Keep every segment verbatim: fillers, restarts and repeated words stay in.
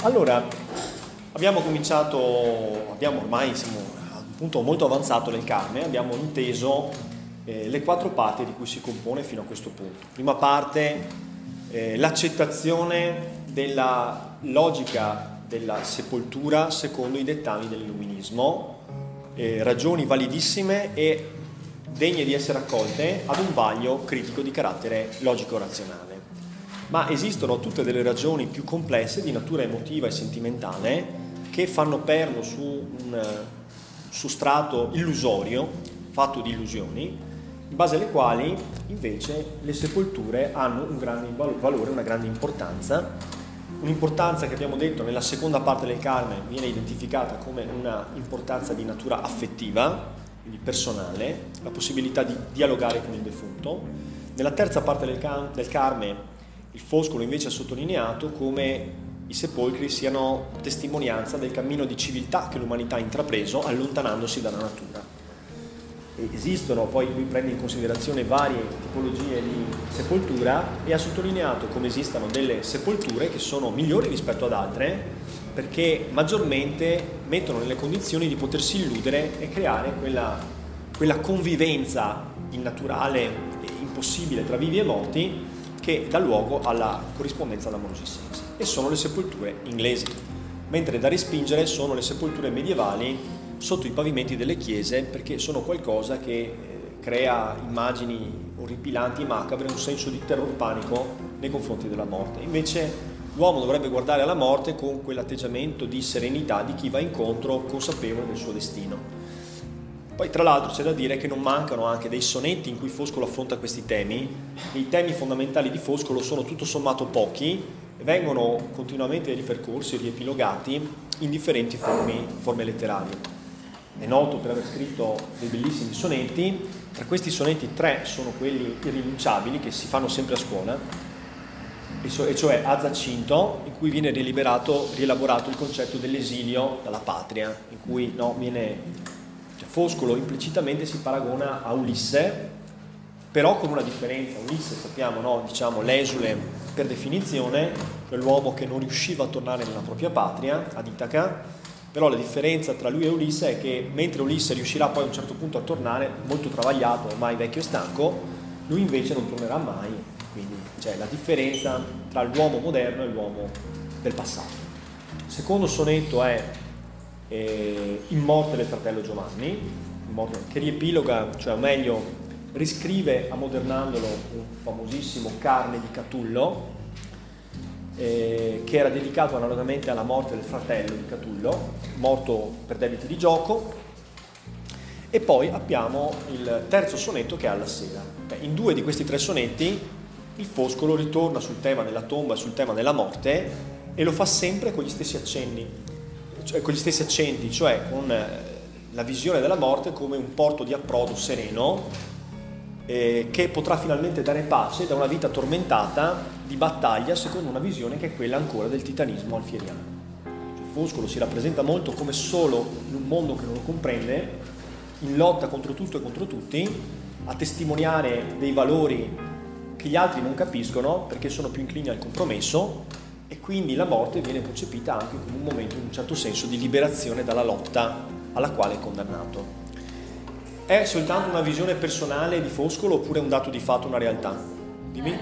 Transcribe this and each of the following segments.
Allora, abbiamo cominciato, abbiamo ormai, siamo a un punto molto avanzato nel Carme, abbiamo inteso eh, le quattro parti di cui si compone fino a questo punto. Prima parte, eh, l'accettazione della logica della sepoltura secondo i dettami dell'illuminismo, eh, ragioni validissime e degne di essere accolte ad un vaglio critico di carattere logico-razionale. Ma esistono tutte delle ragioni più complesse di natura emotiva e sentimentale che fanno perno su un sostrato illusorio, fatto di illusioni, in base alle quali invece le sepolture hanno un grande valore, una grande importanza, un'importanza che abbiamo detto nella seconda parte del Carme viene identificata come una importanza di natura affettiva, quindi personale, la possibilità di dialogare con il defunto. Nella terza parte del, del Carme il Foscolo invece ha sottolineato come i sepolcri siano testimonianza del cammino di civiltà che l'umanità ha intrapreso allontanandosi dalla natura. E esistono, poi lui prende in considerazione varie tipologie di sepoltura e ha sottolineato come esistano delle sepolture che sono migliori rispetto ad altre perché maggiormente mettono nelle condizioni di potersi illudere e creare quella, quella convivenza innaturale e impossibile tra vivi e morti che dà luogo alla corrispondenza d'amorosissenza, e sono le sepolture inglesi, mentre da respingere sono le sepolture medievali sotto i pavimenti delle chiese, perché sono qualcosa che eh, crea immagini orripilanti, macabre, un senso di terror panico nei confronti della morte. Invece l'uomo dovrebbe guardare alla morte con quell'atteggiamento di serenità di chi va incontro consapevole del suo destino. Poi tra l'altro c'è da dire che non mancano anche dei sonetti in cui Foscolo affronta questi temi. I temi fondamentali di Foscolo sono tutto sommato pochi e vengono continuamente ripercorsi e riepilogati in differenti forme, forme letterarie. È noto per aver scritto dei bellissimi sonetti, tra questi sonetti tre sono quelli irrinunciabili che si fanno sempre a scuola, e cioè a Zacinto, in cui viene rielaborato il concetto dell'esilio dalla patria, in cui no, viene... Foscolo implicitamente si paragona a Ulisse, però con una differenza. Ulisse, sappiamo, no? Diciamo l'esule per definizione, cioè l'uomo che non riusciva a tornare nella propria patria, ad Itaca, però la differenza tra lui e Ulisse è che mentre Ulisse riuscirà poi a un certo punto a tornare, molto travagliato, ormai vecchio e stanco, lui invece non tornerà mai, quindi c'è la differenza tra l'uomo moderno e l'uomo del passato. Il secondo sonetto è Eh, Immorte del fratello Giovanni, che riepiloga, cioè o meglio riscrive ammodernandolo un famosissimo Carne di Catullo eh, che era dedicato analogamente alla morte del fratello di Catullo, morto per debiti di gioco. E poi abbiamo il terzo sonetto che è Alla sera. Beh, in due di questi tre sonetti il Foscolo ritorna sul tema della tomba e sul tema della morte e lo fa sempre con gli stessi accenni. Cioè, con gli stessi accenti, cioè con eh, la visione della morte come un porto di approdo sereno eh, che potrà finalmente dare pace da una vita tormentata di battaglia secondo una visione che è quella ancora del titanismo alfieriano. Cioè, Foscolo si rappresenta molto come solo in un mondo che non lo comprende, in lotta contro tutto e contro tutti, a testimoniare dei valori che gli altri non capiscono perché sono più inclini al compromesso. E quindi la morte viene concepita anche come un momento, in un certo senso, di liberazione dalla lotta alla quale è condannato. È soltanto una visione personale di Foscolo oppure è un dato di fatto, una realtà? Dimmi.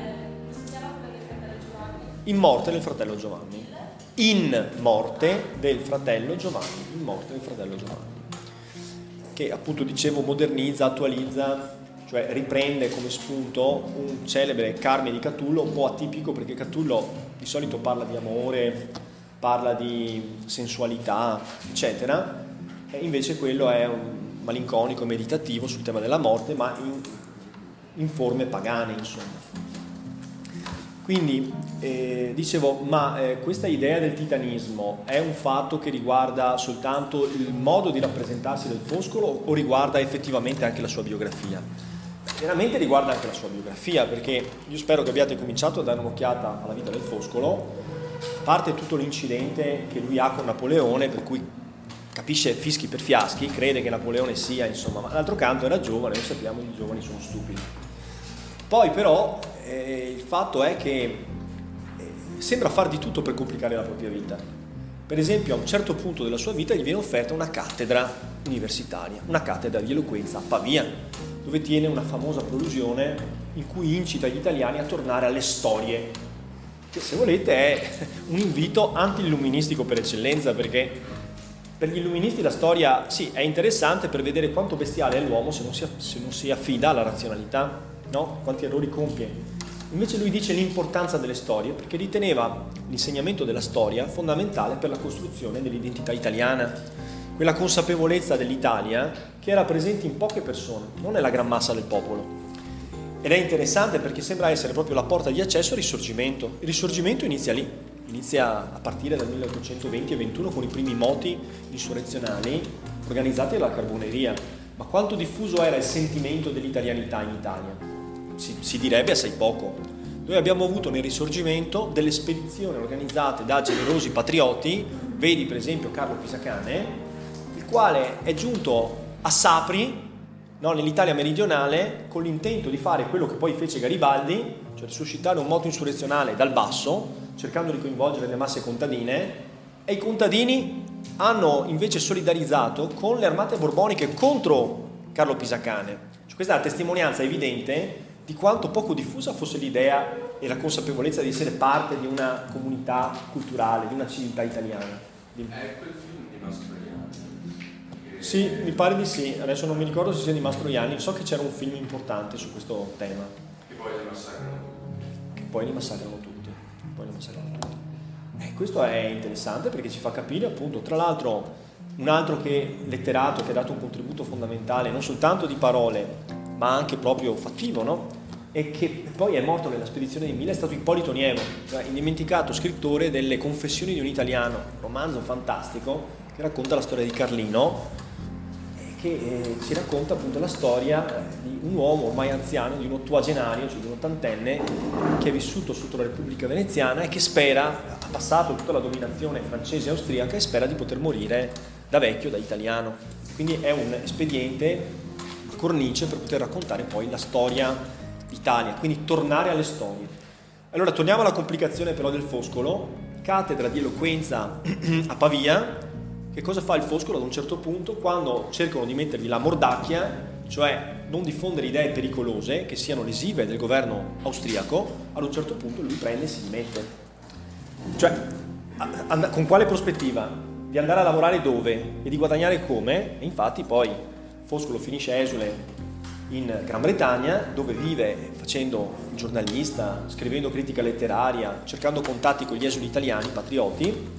In morte del fratello Giovanni. In morte del fratello Giovanni. In morte del fratello Giovanni. Che appunto dicevo modernizza, attualizza, cioè riprende come spunto un celebre Carme di Catullo, un po' atipico perché Catullo di solito parla di amore, parla di sensualità, eccetera, e invece quello è un malinconico, meditativo sul tema della morte, ma in, in forme pagane, insomma. Quindi, eh, dicevo, ma eh, questa idea del titanismo è un fatto che riguarda soltanto il modo di rappresentarsi del Foscolo o riguarda effettivamente anche la sua biografia? Veramente riguarda anche la sua biografia, perché io spero che abbiate cominciato a dare un'occhiata alla vita del Foscolo. A parte tutto l'incidente che lui ha con Napoleone, per cui capisce fischi per fiaschi, crede che Napoleone sia, insomma, ma d'altro canto era giovane, noi sappiamo che i giovani sono stupidi. Poi però eh, il fatto è che eh, sembra far di tutto per complicare la propria vita. Per esempio, a un certo punto della sua vita gli viene offerta una cattedra universitaria, una cattedra di eloquenza a Pavia, dove tiene una famosa prolusione in cui incita gli italiani a tornare alle storie, che se volete è un invito anti-illuministico per eccellenza, perché per gli illuministi la storia sì è interessante per vedere quanto bestiale è l'uomo se non si, se non si affida alla razionalità, no? Quanti errori compie. Invece lui dice l'importanza delle storie perché riteneva l'insegnamento della storia fondamentale per la costruzione dell'identità italiana, quella consapevolezza dell'Italia che era presente in poche persone, non nella gran massa del popolo. Ed è interessante perché sembra essere proprio la porta di accesso al Risorgimento. Il Risorgimento inizia lì, inizia a partire dal milleottocentoventi e ventuno con i primi moti insurrezionali organizzati dalla Carboneria. Ma quanto diffuso era il sentimento dell'italianità in Italia? Si, si direbbe assai poco. Noi abbiamo avuto nel Risorgimento delle spedizioni organizzate da generosi patrioti, vedi per esempio Carlo Pisacane, il quale è giunto a Sapri, no, nell'Italia meridionale, con l'intento di fare quello che poi fece Garibaldi, cioè suscitare un moto insurrezionale dal basso, cercando di coinvolgere le masse contadine, e i contadini hanno invece solidarizzato con le armate borboniche contro Carlo Pisacane. Cioè, questa è una testimonianza evidente di quanto poco diffusa fosse l'idea e la consapevolezza di essere parte di una comunità culturale, di una civiltà italiana. Di... È quel film di Mastroianni? Che... Sì, mi pare di sì, adesso non mi ricordo se sia di Mastroianni, so che c'era un film importante su questo tema. Che poi li massacrano tutti. Che poi li massacrano tutti. Poi li massacrano tutti. Eh, questo è interessante perché ci fa capire appunto, tra l'altro, un altro che letterato che ha dato un contributo fondamentale, non soltanto di parole, ma anche proprio fattivo, no? E che poi è morto nella spedizione di Mila, è stato Ippolito Nievo, cioè indimenticato scrittore delle Confessioni di un italiano, un romanzo fantastico che racconta la storia di Carlino, che eh, ci racconta appunto la storia di un uomo ormai anziano, di un ottuagenario, cioè di un ottantenne, che è vissuto sotto la Repubblica Veneziana e che spera, ha passato tutta la dominazione francese e austriaca e spera di poter morire da vecchio, da italiano. Quindi è un espediente, una cornice per poter raccontare poi la storia d'Italia, quindi tornare alle storie. Allora torniamo alla complicazione però del Foscolo, cattedra di eloquenza a Pavia. Che cosa fa il Foscolo ad un certo punto? Quando cercano di mettergli la mordacchia, cioè non diffondere idee pericolose che siano lesive del governo austriaco, ad un certo punto lui prende e si dimette. Cioè, con quale prospettiva? Di andare a lavorare dove? E di guadagnare come? E infatti poi Foscolo finisce esule in Gran Bretagna, dove vive facendo il giornalista, scrivendo critica letteraria, cercando contatti con gli esuli italiani, patrioti,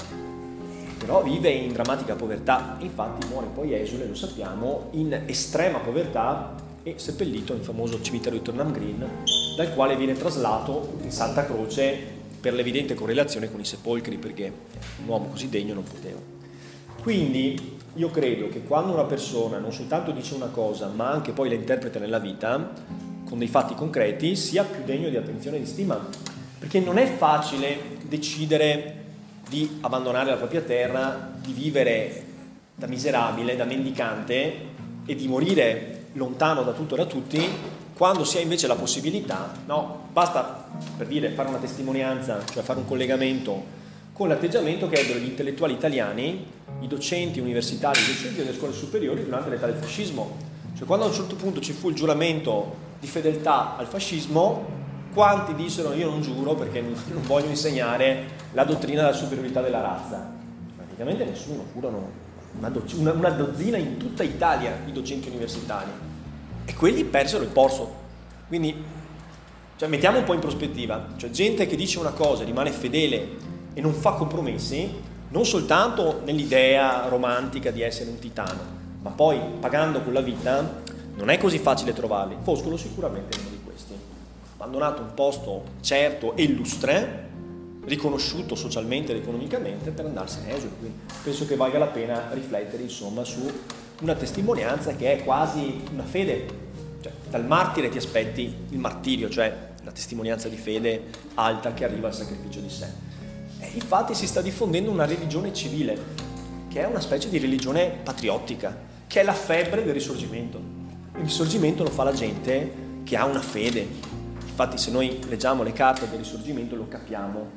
però vive in drammatica povertà. Infatti muore poi esule, lo sappiamo, in estrema povertà e seppellito nel famoso cimitero di Turnham Green, dal quale viene traslato in Santa Croce per l'evidente correlazione con i sepolcri, perché un uomo così degno non poteva. Quindi io credo che quando una persona non soltanto dice una cosa, ma anche poi la interpreta nella vita, con dei fatti concreti, sia più degno di attenzione e di stima, perché non è facile decidere di abbandonare la propria terra, di vivere da miserabile, da mendicante e di morire lontano da tutto e da tutti, quando si ha invece la possibilità, no? Basta, per dire, fare una testimonianza, cioè fare un collegamento con l'atteggiamento che ebbero gli intellettuali italiani, i docenti universitari, i docenti delle scuole superiori durante l'età del fascismo. Cioè quando a un certo punto ci fu il giuramento di fedeltà al fascismo, quanti dissero io non giuro perché non voglio insegnare la dottrina della superiorità della razza? Praticamente nessuno, furono una, do- una, una dozzina in tutta Italia di docenti universitari e quelli persero il polso. Quindi cioè, mettiamo un po' in prospettiva, cioè gente che dice una cosa, rimane fedele e non fa compromessi, non soltanto nell'idea romantica di essere un titano, ma poi pagando con la vita non è così facile trovarli. Foscolo sicuramente è uno di questi. Abbandonato un posto certo e illustre, riconosciuto socialmente ed economicamente per andarsene esule. Quindi penso che valga la pena riflettere insomma su una testimonianza che è quasi una fede, cioè dal martire ti aspetti il martirio, cioè la testimonianza di fede alta che arriva al sacrificio di sé. E infatti si sta diffondendo una religione civile, che è una specie di religione patriottica, che è la febbre del risorgimento. Il risorgimento lo fa la gente che ha una fede. Infatti se noi leggiamo le carte del risorgimento lo capiamo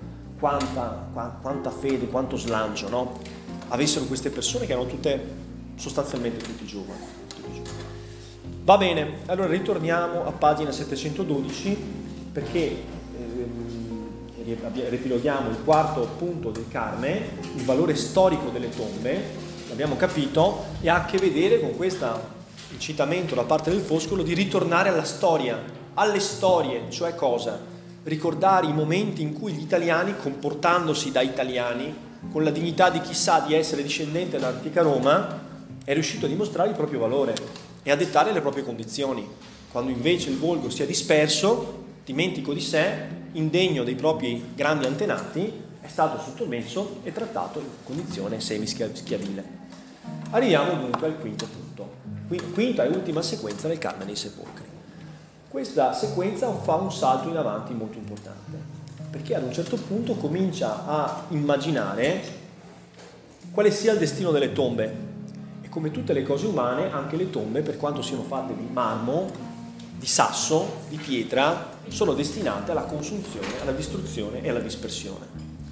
quanta, qua, quanta fede, quanto slancio, no? avessero queste persone che erano tutte, sostanzialmente tutti giovani. Tutti giovani. Va bene, allora ritorniamo a pagina settecentododici perché ehm, riepiloghiamo il quarto punto del Carme, il valore storico delle tombe, l'abbiamo capito, e ha a che vedere con questo incitamento da parte del Foscolo di ritornare alla storia, alle storie, cioè cosa? Ricordare i momenti in cui gli italiani, comportandosi da italiani, con la dignità di chi sa di essere discendente dall'antica Roma, è riuscito a dimostrare il proprio valore e a dettare le proprie condizioni, quando invece il volgo si è disperso, dimentico di sé, indegno dei propri grandi antenati, è stato sottomesso e trattato in condizione semischiavile. Arriviamo dunque al quinto punto, quinta e ultima sequenza del Carme dei Sepolcri. Questa sequenza fa un salto in avanti molto importante, perché ad un certo punto comincia a immaginare quale sia il destino delle tombe. E come tutte le cose umane, anche le tombe, per quanto siano fatte di marmo, di sasso, di pietra, sono destinate alla consunzione, alla distruzione e alla dispersione.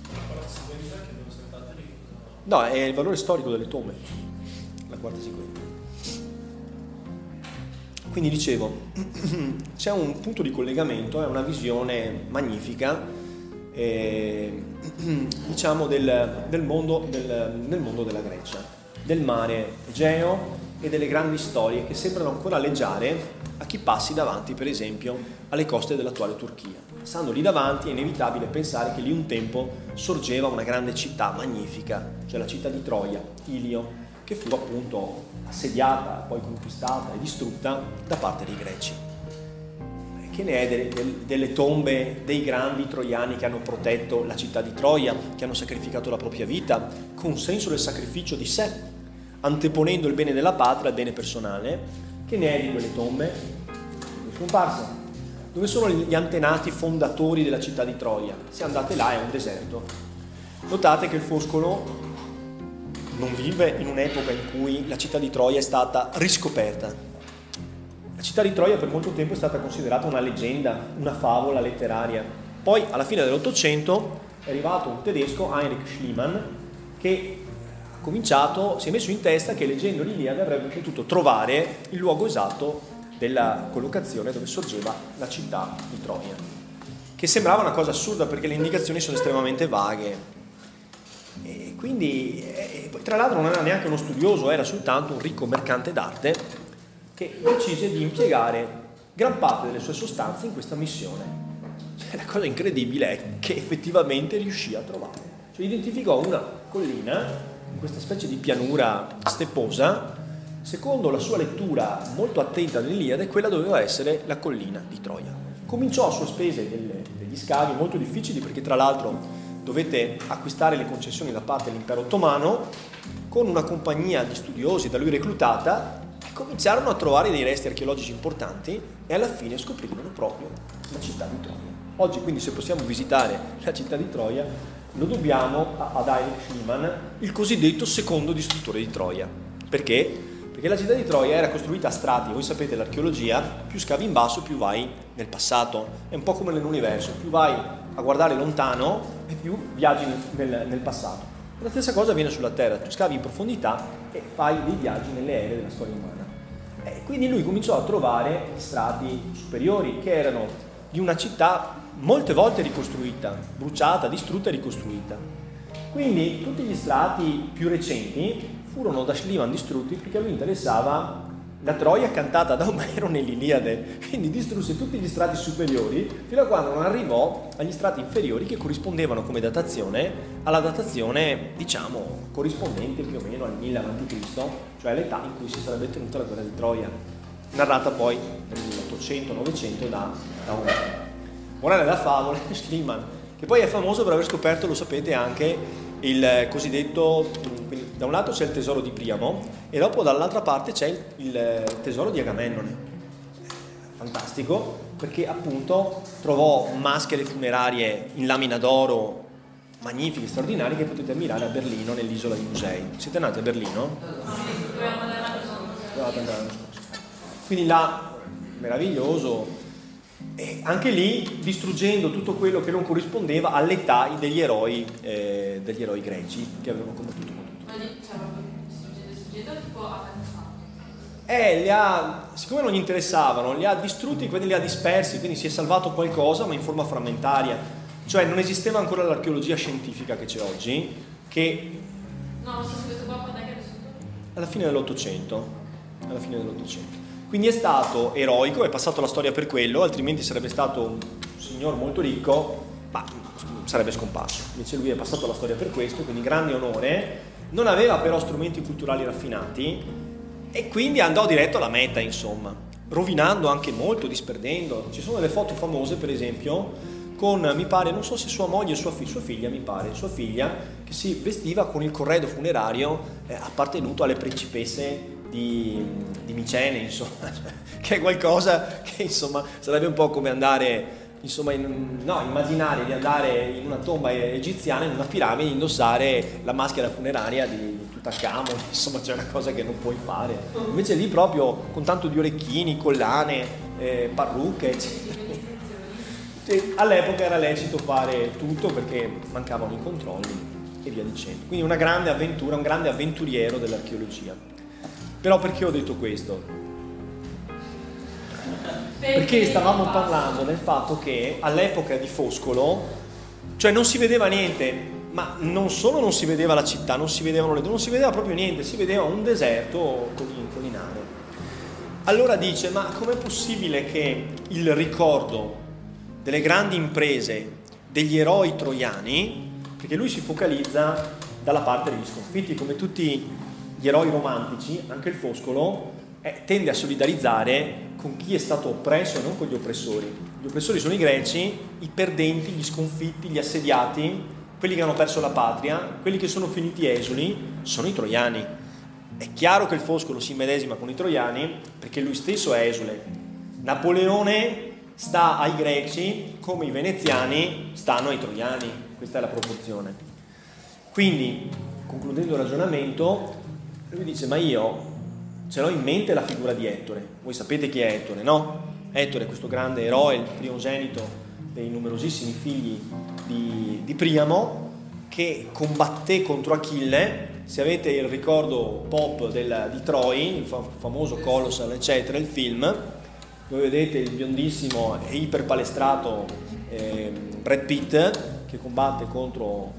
No, è il valore storico delle tombe, la quarta sequenza. Quindi dicevo, c'è un punto di collegamento, è una visione magnifica, eh, diciamo, del, del, mondo, del, del mondo della Grecia, del mare Egeo e delle grandi storie che sembrano ancora alleggiare a chi passi davanti, per esempio, alle coste dell'attuale Turchia. Passando lì davanti è inevitabile pensare che lì un tempo sorgeva una grande città magnifica, cioè la città di Troia, Ilio, che fu appunto assediata, poi conquistata e distrutta da parte dei greci. Che ne è delle, delle tombe dei grandi troiani che hanno protetto la città di Troia, che hanno sacrificato la propria vita, con senso del sacrificio di sé, anteponendo il bene della patria al bene personale? Che ne è di quelle tombe? Sono scomparse. Dove sono gli antenati fondatori della città di Troia? Se andate là è un deserto. Notate che il Foscolo non vive in un'epoca in cui la città di Troia è stata riscoperta. La città di Troia per molto tempo è stata considerata una leggenda, una favola letteraria. Poi alla fine dell'Ottocento è arrivato un tedesco, Heinrich Schliemann, che ha cominciato, si è messo in testa che leggendo l'Iliade avrebbe potuto trovare il luogo esatto della collocazione dove sorgeva la città di Troia, che sembrava una cosa assurda perché le indicazioni sono estremamente vaghe. E quindi, eh, tra l'altro non era neanche uno studioso, era soltanto un ricco mercante d'arte che decise di impiegare gran parte delle sue sostanze in questa missione. Cioè, la cosa incredibile è che effettivamente riuscì a trovare. Cioè, identificò una collina, in questa specie di pianura stepposa, secondo la sua lettura molto attenta dell'Iliade, quella doveva essere la collina di Troia. Cominciò a sue spese delle, degli scavi molto difficili perché tra l'altro dovete acquistare le concessioni da parte dell'impero ottomano, con una compagnia di studiosi da lui reclutata, e cominciarono a trovare dei resti archeologici importanti e alla fine scoprirono proprio la città di Troia. Oggi quindi se possiamo visitare la città di Troia lo dobbiamo ad Heinrich Schliemann, il cosiddetto secondo distruttore di Troia. Perché? Perché la città di Troia era costruita a strati, voi sapete l'archeologia, più scavi in basso più vai nel passato, è un po' come nell'universo, più vai a guardare lontano e più viaggi nel, nel, nel passato. La stessa cosa avviene sulla Terra, tu scavi in profondità e fai dei viaggi nelle ere della storia umana. E quindi lui cominciò a trovare strati superiori che erano di una città molte volte ricostruita, bruciata, distrutta e ricostruita. Quindi tutti gli strati più recenti furono da Schliemann distrutti perché a lui interessava la Troia cantata da Omero nell'Iliade, quindi distrusse tutti gli strati superiori fino a quando non arrivò agli strati inferiori che corrispondevano come datazione alla datazione, diciamo, corrispondente più o meno al mille avanti Cristo, cioè l'età in cui si sarebbe tenuta la guerra di Troia, narrata poi nell'ottocento novecento da, da Omero. Morale da favola, Schliemann, che poi è famoso per aver scoperto, lo sapete, anche il cosiddetto, quindi da un lato c'è il tesoro di Priamo e dopo dall'altra parte c'è il, il tesoro di Agamennone. Fantastico, perché appunto trovò maschere funerarie in lamina d'oro magnifiche, straordinarie, che potete ammirare a Berlino nell'isola dei musei. Siete andati a Berlino? Dovevate andare l'anno scorso. Quindi là, meraviglioso, e anche lì distruggendo tutto quello che non corrispondeva all'età degli eroi, eh, degli eroi greci che avevano combattuto con tutto. Ma lì c'era proprio distruggendo, distruggendo tipo a pensare. Eh, li ha, siccome non gli interessavano, li ha distrutti, quindi li ha dispersi, quindi si è salvato qualcosa ma in forma frammentaria, cioè non esisteva ancora l'archeologia scientifica che c'è oggi, che No, non so se questo qua quando è che è vissuto? alla fine dell'Ottocento, alla fine dell'Ottocento. Quindi è stato eroico, è passato la storia per quello, altrimenti sarebbe stato un signor molto ricco, ma sarebbe scomparso. Invece lui è passato la storia per questo, quindi grande onore, non aveva però strumenti culturali raffinati e quindi andò diretto alla meta, insomma, rovinando anche molto, disperdendo. Ci sono delle foto famose, per esempio, con, mi pare, non so se sua moglie o sua, fi- sua figlia, mi pare, sua figlia, che si vestiva con il corredo funerario eh, appartenuto alle principesse di, di Micene, insomma, che è qualcosa che, insomma, sarebbe un po' come andare, insomma, in, no, immaginare di andare in una tomba egiziana, in una piramide, indossare la maschera funeraria di, di Tutankhamon, insomma, c'è una cosa che non puoi fare. Invece lì proprio con tanto di orecchini, collane, eh, parrucche, eccetera. All'epoca era lecito fare tutto perché mancavano i controlli e via dicendo. Quindi una grande avventura, un grande avventuriero dell'archeologia. Però perché ho detto questo? Perché stavamo parlando del fatto che all'epoca di Foscolo, cioè non si vedeva niente, ma non solo non si vedeva la città, non si vedevano le non si vedeva proprio niente, si vedeva un deserto collinare. Allora dice, ma com'è possibile che il ricordo delle grandi imprese degli eroi troiani, perché lui si focalizza dalla parte degli sconfitti, come tutti gli eroi romantici, anche il Foscolo eh, tende a solidarizzare con chi è stato oppresso e non con gli oppressori. Gli oppressori sono i greci, i perdenti, gli sconfitti, gli assediati, quelli che hanno perso la patria, quelli che sono finiti esuli, sono i troiani. È chiaro che il Foscolo si immedesima con i troiani perché lui stesso è esule. Napoleone sta ai greci come i veneziani stanno ai troiani, questa è la proporzione. Quindi, concludendo il ragionamento, lui dice, ma io ce l'ho in mente la figura di Ettore. Voi sapete chi è Ettore, no? Ettore è questo grande eroe, il primogenito dei numerosissimi figli di, di Priamo, che combatté contro Achille. Se avete il ricordo pop del, di Troy, il fa- famoso Colossal, eccetera, il film, dove vedete il biondissimo e iperpalestrato eh, Brad Pitt che combatte contro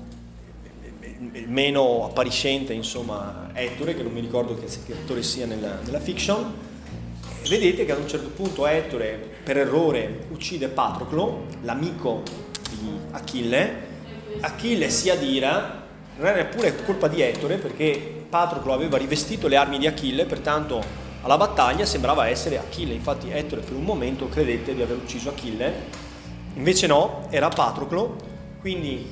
il meno appariscente, insomma, Ettore, che non mi ricordo che, che attore sia nella, nella fiction. E vedete che ad un certo punto Ettore, per errore, uccide Patroclo, l'amico di Achille. Achille si adira, non era neppure colpa di Ettore, perché Patroclo aveva rivestito le armi di Achille, pertanto alla battaglia sembrava essere Achille. Infatti Ettore per un momento credette di aver ucciso Achille, invece no, era Patroclo. Quindi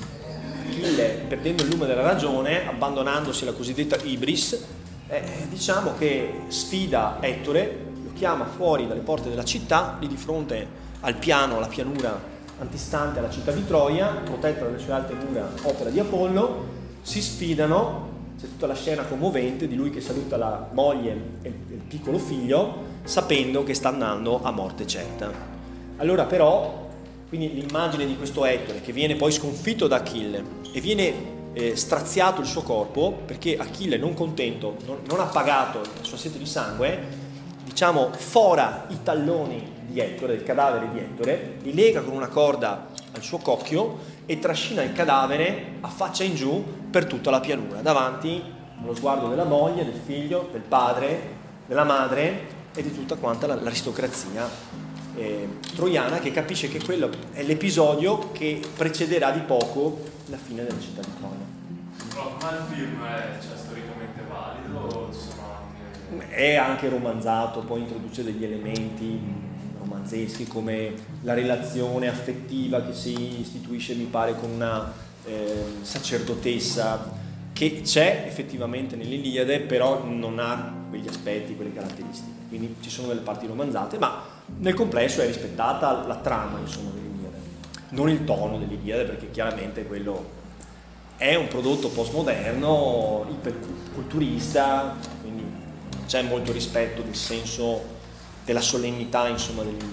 Achille, perdendo il lume della ragione, abbandonandosi alla cosiddetta ibris, eh, diciamo che sfida Ettore, lo chiama fuori dalle porte della città, lì di fronte al piano, alla pianura antistante alla città di Troia, protetta dalle sue alte mura, opera di Apollo. Si sfidano, c'è tutta la scena commovente di lui che saluta la moglie e il piccolo figlio, sapendo che sta andando a morte certa. Allora però, quindi l'immagine di questo Ettore che viene poi sconfitto da Achille e viene eh, straziato il suo corpo, perché Achille, non contento, non, non ha pagato la sua sete di sangue, diciamo fora i talloni di Ettore, del cadavere di Ettore, li lega con una corda al suo cocchio e trascina il cadavere a faccia in giù per tutta la pianura, davanti allo sguardo della moglie, del figlio, del padre, della madre e di tutta quanta l'aristocrazia eh, troiana, che capisce che quello è l'episodio che precederà di poco la fine della città di Troia. Ma il film è cioè, storicamente valido o ci sono anche... È anche romanzato, poi introduce degli elementi romanzeschi come la relazione affettiva che si istituisce, mi pare, con una eh, sacerdotessa, che c'è effettivamente nell'Iliade, però non ha quegli aspetti, quelle caratteristiche. Quindi ci sono delle parti romanzate, ma nel complesso è rispettata la trama, insomma, dell'Iliade, non il tono dell'Iliade, perché chiaramente quello è un prodotto postmoderno, iperculturista, quindi c'è molto rispetto del senso della solennità, insomma, dell'Iliade.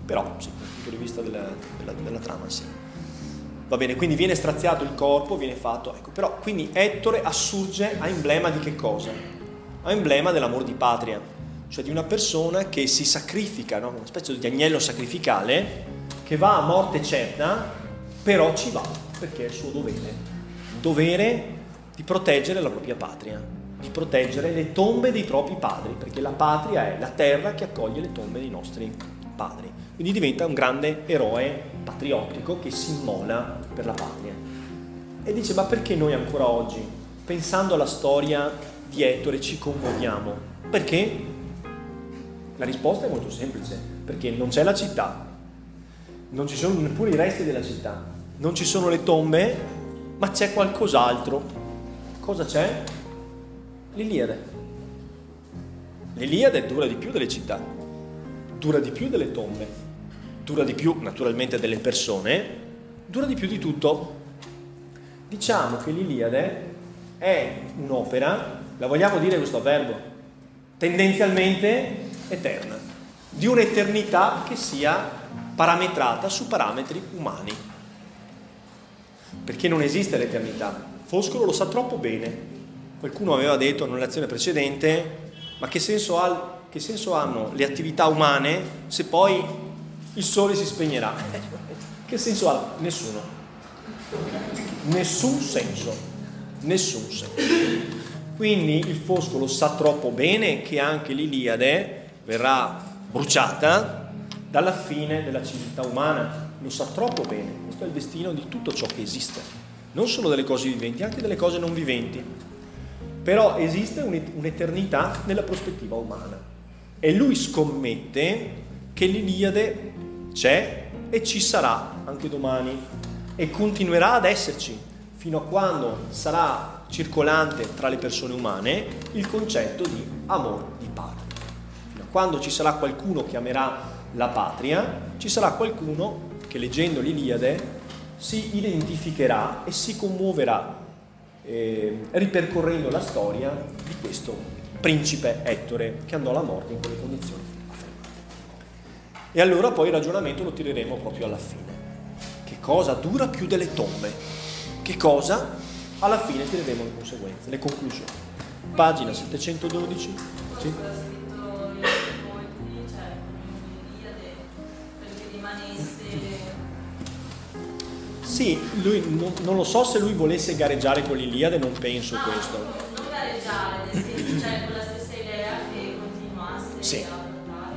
però sì, dal punto di vista della, della, della trama sì. Va bene, quindi viene straziato il corpo, viene fatto, ecco, però quindi Ettore assurge a emblema di che cosa? A emblema dell'amor di patria, cioè di una persona che si sacrifica, no? Una specie di agnello sacrificale che va a morte certa, però ci va perché è il suo dovere, il dovere di proteggere la propria patria, di proteggere le tombe dei propri padri, perché la patria è la terra che accoglie le tombe dei nostri padri. Quindi diventa un grande eroe patriottico che si immola per la patria. E dice, ma perché noi ancora oggi, pensando alla storia di Ettore, ci commuoviamo? Perché? La risposta è molto semplice, perché non c'è la città, non ci sono neppure i resti della città, non ci sono le tombe, ma c'è qualcos'altro. Cosa c'è? L'Iliade. L'Iliade dura di più delle città, dura di più delle tombe, dura di più naturalmente delle persone, dura di più di tutto. Diciamo che l'Iliade è un'opera, la vogliamo dire questo avverbio, tendenzialmente eterna, di un'eternità che sia parametrata su parametri umani, perché non esiste l'eternità. Foscolo lo sa troppo bene. Qualcuno aveva detto nella lezione precedente, ma che senso ha Che senso hanno le attività umane se poi il sole si spegnerà? Che senso ha? Nessuno. Nessun senso. Nessun senso. Quindi il Foscolo sa troppo bene che anche l'Iliade verrà bruciata dalla fine della civiltà umana. Lo sa troppo bene. Questo è il destino di tutto ciò che esiste. Non solo delle cose viventi, anche delle cose non viventi. Però esiste un'eternità nella prospettiva umana. E lui scommette che l'Iliade c'è e ci sarà anche domani e continuerà ad esserci fino a quando sarà circolante tra le persone umane il concetto di amor di patria. Fino a quando ci sarà qualcuno che amerà la patria, ci sarà qualcuno che leggendo l'Iliade si identificherà e si commuoverà eh, ripercorrendo la storia di questo principe Ettore che andò alla morte in quelle condizioni affermate. E allora poi il ragionamento lo tireremo proprio alla fine. Che cosa dura più delle tombe? Che cosa? Alla fine tireremo le conseguenze, le conclusioni. Pagina settecentododici. Sì? Sì, lui non, non lo so se lui volesse gareggiare con l'Iliade, non penso no, questo. Non gareggiare, nel senso, cioè con la stessa idea che continuasse sì. a lottare.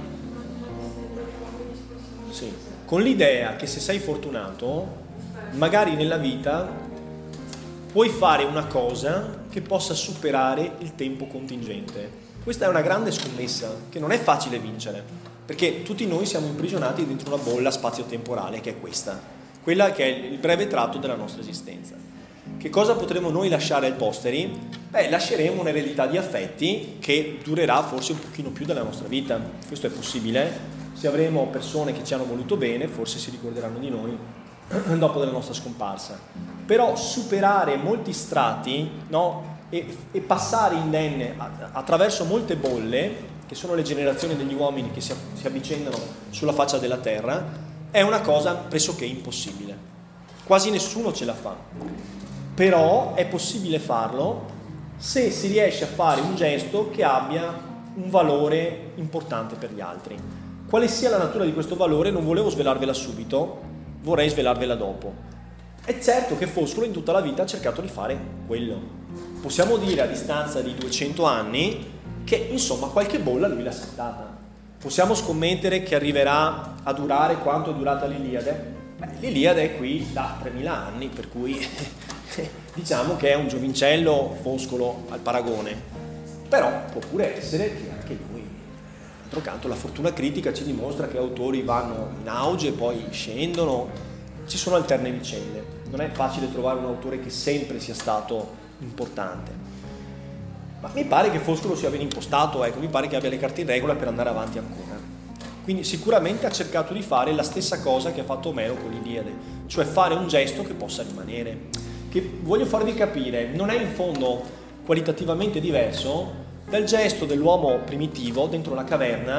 Sì, con l'idea che se sei fortunato, magari nella vita puoi fare una cosa che possa superare il tempo contingente. Questa è una grande scommessa che non è facile vincere, perché tutti noi siamo imprigionati dentro una bolla spazio-temporale che è questa. Quella che è il breve tratto della nostra esistenza. Che cosa potremo noi lasciare ai posteri? Beh, lasceremo un'eredità di affetti che durerà forse un pochino più della nostra vita. Questo è possibile. Se avremo persone che ci hanno voluto bene, forse si ricorderanno di noi dopo della nostra scomparsa. Però superare molti strati, no? e, e passare indenne attraverso molte bolle, che sono le generazioni degli uomini che si, si avvicendano sulla faccia della terra, è una cosa pressoché impossibile. Quasi nessuno ce la fa. Però è possibile farlo se si riesce a fare un gesto che abbia un valore importante per gli altri. Quale sia la natura di questo valore non volevo svelarvela subito, vorrei svelarvela dopo. È certo che Foscolo in tutta la vita ha cercato di fare quello. Possiamo dire a distanza di duecento anni che insomma qualche bolla lui l'ha saltata. Possiamo scommettere che arriverà a durare quanto è durata l'Iliade? Beh, l'Iliade è qui da tremila anni, per cui diciamo che è un giovincello Foscolo al paragone. Però può pure essere che anche lui, d'altro canto, la fortuna critica ci dimostra che autori vanno in auge e poi scendono, ci sono alterne vicende. Non è facile trovare un autore che sempre sia stato importante. Ma mi pare che Foscolo sia ben impostato, ecco, mi pare che abbia le carte in regola per andare avanti ancora. Quindi sicuramente ha cercato di fare la stessa cosa che ha fatto Omero con l'Iliade, cioè fare un gesto che possa rimanere. Che voglio farvi capire, non è in fondo qualitativamente diverso dal gesto dell'uomo primitivo dentro la caverna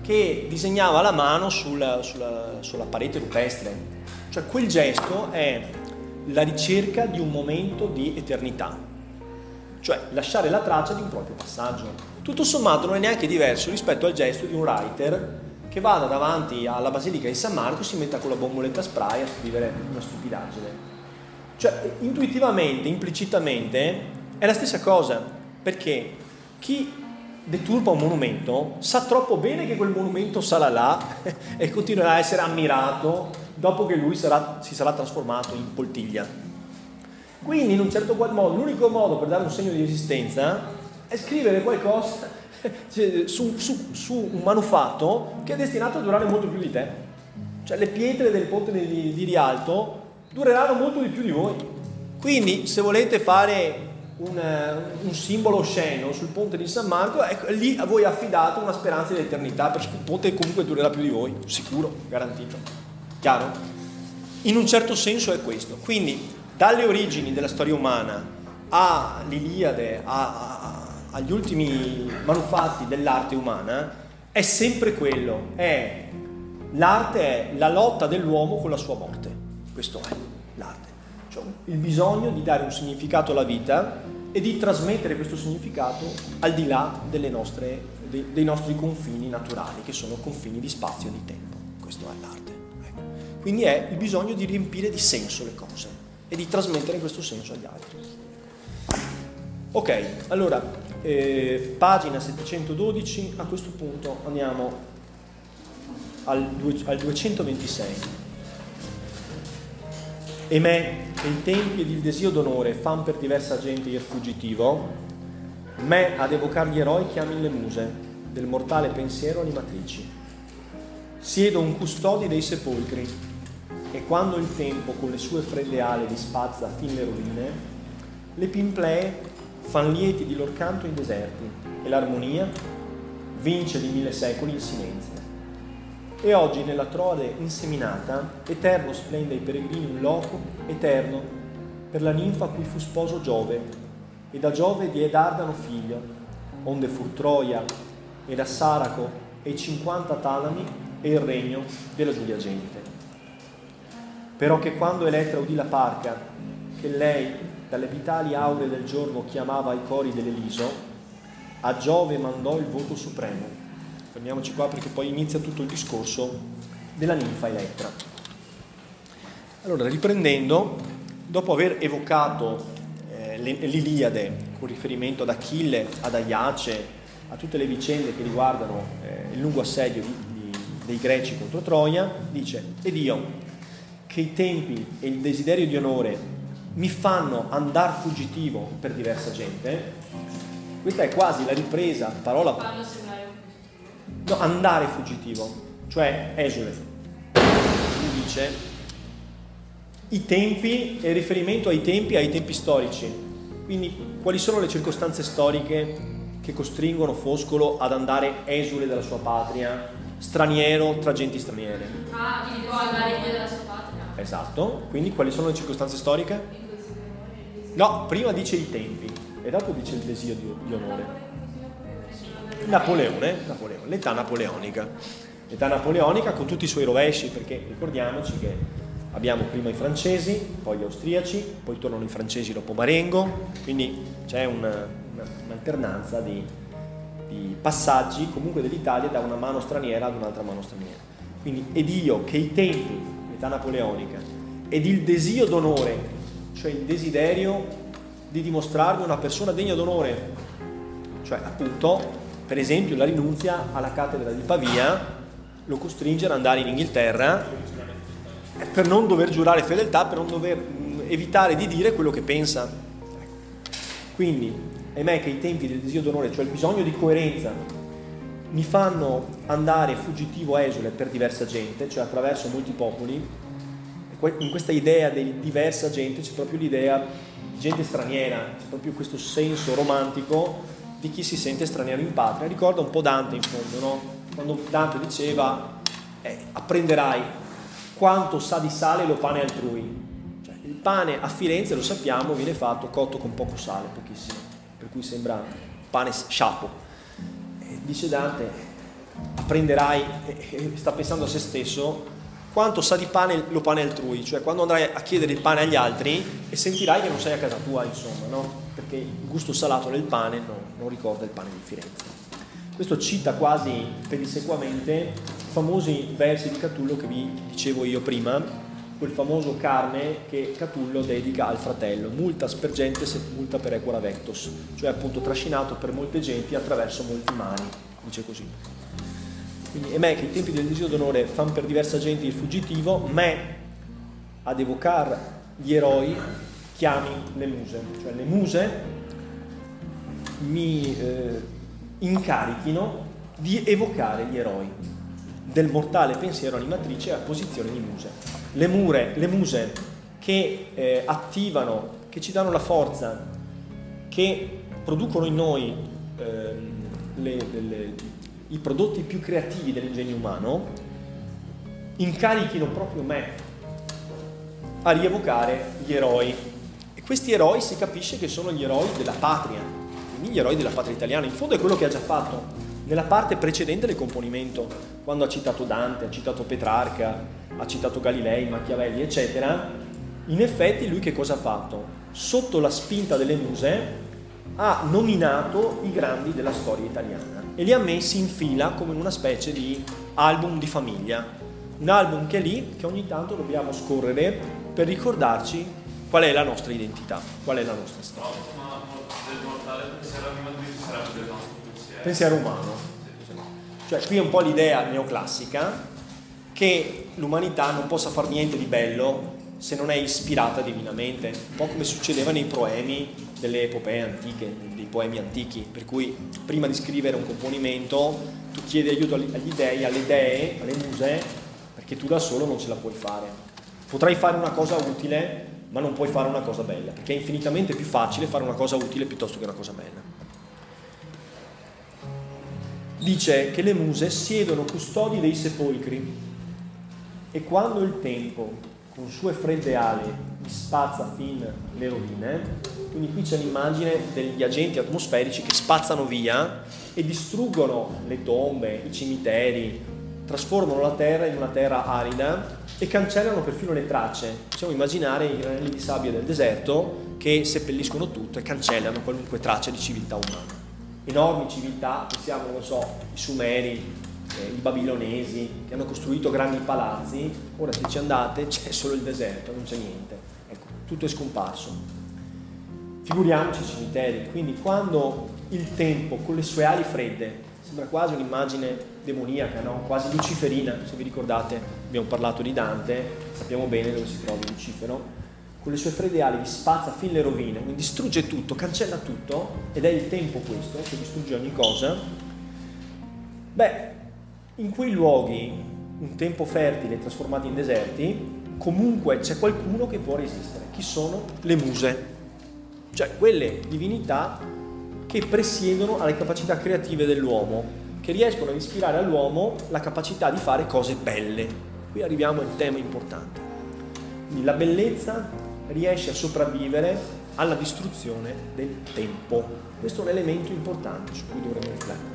che disegnava la mano sul, sulla, sulla parete rupestre. Cioè quel gesto è la ricerca di un momento di eternità, cioè lasciare la traccia di un proprio passaggio. Tutto sommato non è neanche diverso rispetto al gesto di un writer che vada davanti alla Basilica di San Marco e si metta con la bomboletta spray a scrivere una stupidaggine. Cioè intuitivamente, implicitamente è la stessa cosa, perché chi deturpa un monumento sa troppo bene che quel monumento sarà là e continuerà a essere ammirato dopo che lui sarà, si sarà trasformato in poltiglia. Quindi in un certo qual modo l'unico modo per dare un segno di esistenza è scrivere qualcosa su, su, su un manufatto che è destinato a durare molto più di te. Cioè le pietre del ponte di, di Rialto dureranno molto di più di voi. Quindi se volete fare Un, un simbolo osceno sul ponte di San Marco, ecco, lì a voi affidate una speranza di eternità, perché il ponte comunque durerà più di voi, sicuro, garantito. Chiaro? In un certo senso è questo. Quindi dalle origini della storia umana all'Iliade, a, a, agli ultimi manufatti dell'arte umana, è sempre quello, è l'arte è la lotta dell'uomo con la sua morte. Questo è l'arte. Cioè, il bisogno di dare un significato alla vita e di trasmettere questo significato al di là delle nostre, dei, dei nostri confini naturali, che sono confini di spazio e di tempo. Questo è l'arte. Ecco. Quindi è il bisogno di riempire di senso le cose e di trasmettere questo senso agli altri. Ok, allora, eh, pagina settecentododici, a questo punto andiamo al, al duecentoventisei. E me, e i tempi ed il desio d'onore fan per diversa gente ir fuggitivo, me ad evocar gli eroi chiamin le muse, del mortale pensiero animatrici. Siedo un custodi dei sepolcri, e quando il tempo con le sue fredde ali dispazza fin le rovine, le pimplee fan lieti di lor canto in deserti, e l'armonia vince di mille secoli il silenzio. E oggi nella Troade inseminata, eterno splende ai peregrini un loco eterno per la ninfa a cui fu sposo Giove, e da Giove diè Dardano figlio, onde fur Troia e da Saraco e i cinquanta talami e il regno della Giulia gente. Però che quando Elettra udì la parca, che lei dalle vitali aure del giorno chiamava ai cori dell'Eliso, a Giove mandò il voto supremo. Fermiamoci qua perché poi inizia tutto il discorso della ninfa Elettra. Allora, riprendendo, dopo aver evocato eh, l'Iliade con riferimento ad Achille, ad Aiace, a tutte le vicende che riguardano eh, il lungo assedio di, di, dei Greci contro Troia, dice: ed io, che i tempi e il desiderio di onore mi fanno andar fuggitivo per diversa gente. Questa è quasi la ripresa, parola... Farlo sembrare No, andare fuggitivo, cioè esule. Lui dice i tempi, è riferimento ai tempi, ai tempi storici. Quindi quali sono le circostanze storiche che costringono Foscolo ad andare esule dalla sua patria, straniero tra genti straniere? Ah, quindi può andare via dalla sua patria. Esatto, quindi quali sono le circostanze storiche? No, prima dice i tempi e dopo dice il desiderio di, di onore. Napoleone, Napoleone, l'età napoleonica. L'età napoleonica con tutti i suoi rovesci, perché ricordiamoci che abbiamo prima i francesi, poi gli austriaci, poi tornano i francesi dopo Marengo, quindi c'è una, una, un'alternanza di, di passaggi comunque dell'Italia da una mano straniera ad un'altra mano straniera. Quindi ed io che i tempi, l'età napoleonica, ed il desio d'onore, cioè il desiderio di dimostrarmi una persona degna d'onore, cioè appunto per esempio la rinunzia alla cattedra di Pavia lo costringe ad andare in Inghilterra per non dover giurare fedeltà, per non dover mh, evitare di dire quello che pensa. Quindi è me che i tempi del desiderio d'onore, cioè il bisogno di coerenza, mi fanno andare fuggitivo esule per diversa gente, cioè attraverso molti popoli. In questa idea di diversa gente c'è proprio l'idea di gente straniera, c'è proprio questo senso romantico di chi si sente straniero in patria. Ricorda un po' Dante in fondo, no? Quando Dante diceva eh, apprenderai quanto sa di sale lo pane altrui. Cioè, il pane a Firenze, lo sappiamo, viene fatto cotto con poco sale, pochissimo, per cui sembra pane sciapo. E dice Dante, apprenderai e, e sta pensando a se stesso quanto sa di pane lo pane altrui, cioè quando andrai a chiedere il pane agli altri e sentirai che non sei a casa tua, insomma, no? Perché il gusto salato del pane no, non ricorda il pane di Firenze. Questo cita quasi pedissequamente i famosi versi di Catullo che vi dicevo io prima, quel famoso Carme che Catullo dedica al fratello, multa spergentes et multa per equora vectos, cioè appunto trascinato per molte genti attraverso molti mari, dice così. Quindi e me che i tempi del desiderio d'onore fan per diversa gente il fuggitivo, me ad evocar gli eroi chiami le muse, cioè le muse mi eh, incarichino di evocare gli eroi del mortale pensiero animatrice a posizione di muse. Le, mure, le muse che eh, attivano, che ci danno la forza, che producono in noi eh, le, le, i prodotti più creativi dell'ingegno umano, incarichino proprio me a rievocare gli eroi. E questi eroi si capisce che sono gli eroi della patria, quindi gli eroi della patria italiana. In fondo è quello che ha già fatto nella parte precedente del componimento, quando ha citato Dante, ha citato Petrarca, ha citato Galilei, Machiavelli, eccetera. In effetti lui che cosa ha fatto? Sotto la spinta delle muse ha nominato i grandi della storia italiana e li ha messi in fila come in una specie di album di famiglia, un album che è lì, che ogni tanto dobbiamo scorrere per ricordarci qual è la nostra identità, qual è la nostra storia. Ma del mortale pensiero animatrice sarebbe del nostro pensiero. Pensiero umano. Cioè qui è un po' l'idea neoclassica che l'umanità non possa far niente di bello se non è ispirata divinamente, un po' come succedeva nei poemi delle epopee antiche, dei poemi antichi, per cui prima di scrivere un componimento tu chiedi aiuto agli dei, alle dee, alle muse, perché tu da solo non ce la puoi fare. Potrai fare una cosa utile, ma non puoi fare una cosa bella, perché è infinitamente più facile fare una cosa utile piuttosto che una cosa bella. Dice che le muse siedono custodi dei sepolcri e quando il tempo con sue fredde ali spazza fin le rovine, quindi qui c'è l'immagine degli agenti atmosferici che spazzano via e distruggono le tombe, i cimiteri, trasformano la terra in una terra arida e cancellano perfino le tracce. Possiamo immaginare i granelli di sabbia del deserto che seppelliscono tutto e cancellano qualunque traccia di civiltà umana. Enormi civiltà, pensiamo, non so, i Sumeri, eh, i Babilonesi, che hanno costruito grandi palazzi, ora se ci andate c'è solo il deserto, non c'è niente, ecco, tutto è scomparso. Figuriamoci i cimiteri, quindi quando il tempo con le sue ali fredde, sembra quasi un'immagine demoniaca, no? Quasi luciferina, se vi ricordate abbiamo parlato di Dante, sappiamo bene dove si trova Lucifero, con le sue fredde ali vi spazza fin le rovine, quindi distrugge tutto, cancella tutto, ed è il tempo questo che distrugge ogni cosa. Beh, in quei luoghi, un tempo fertile trasformati in deserti, comunque c'è qualcuno che può resistere. Chi sono? Le muse, cioè quelle divinità che presiedono alle capacità creative dell'uomo, che riescono a ispirare all'uomo la capacità di fare cose belle. Qui arriviamo al tema importante. Quindi la bellezza riesce a sopravvivere alla distruzione del tempo. Questo è un elemento importante su cui dovremmo riflettere.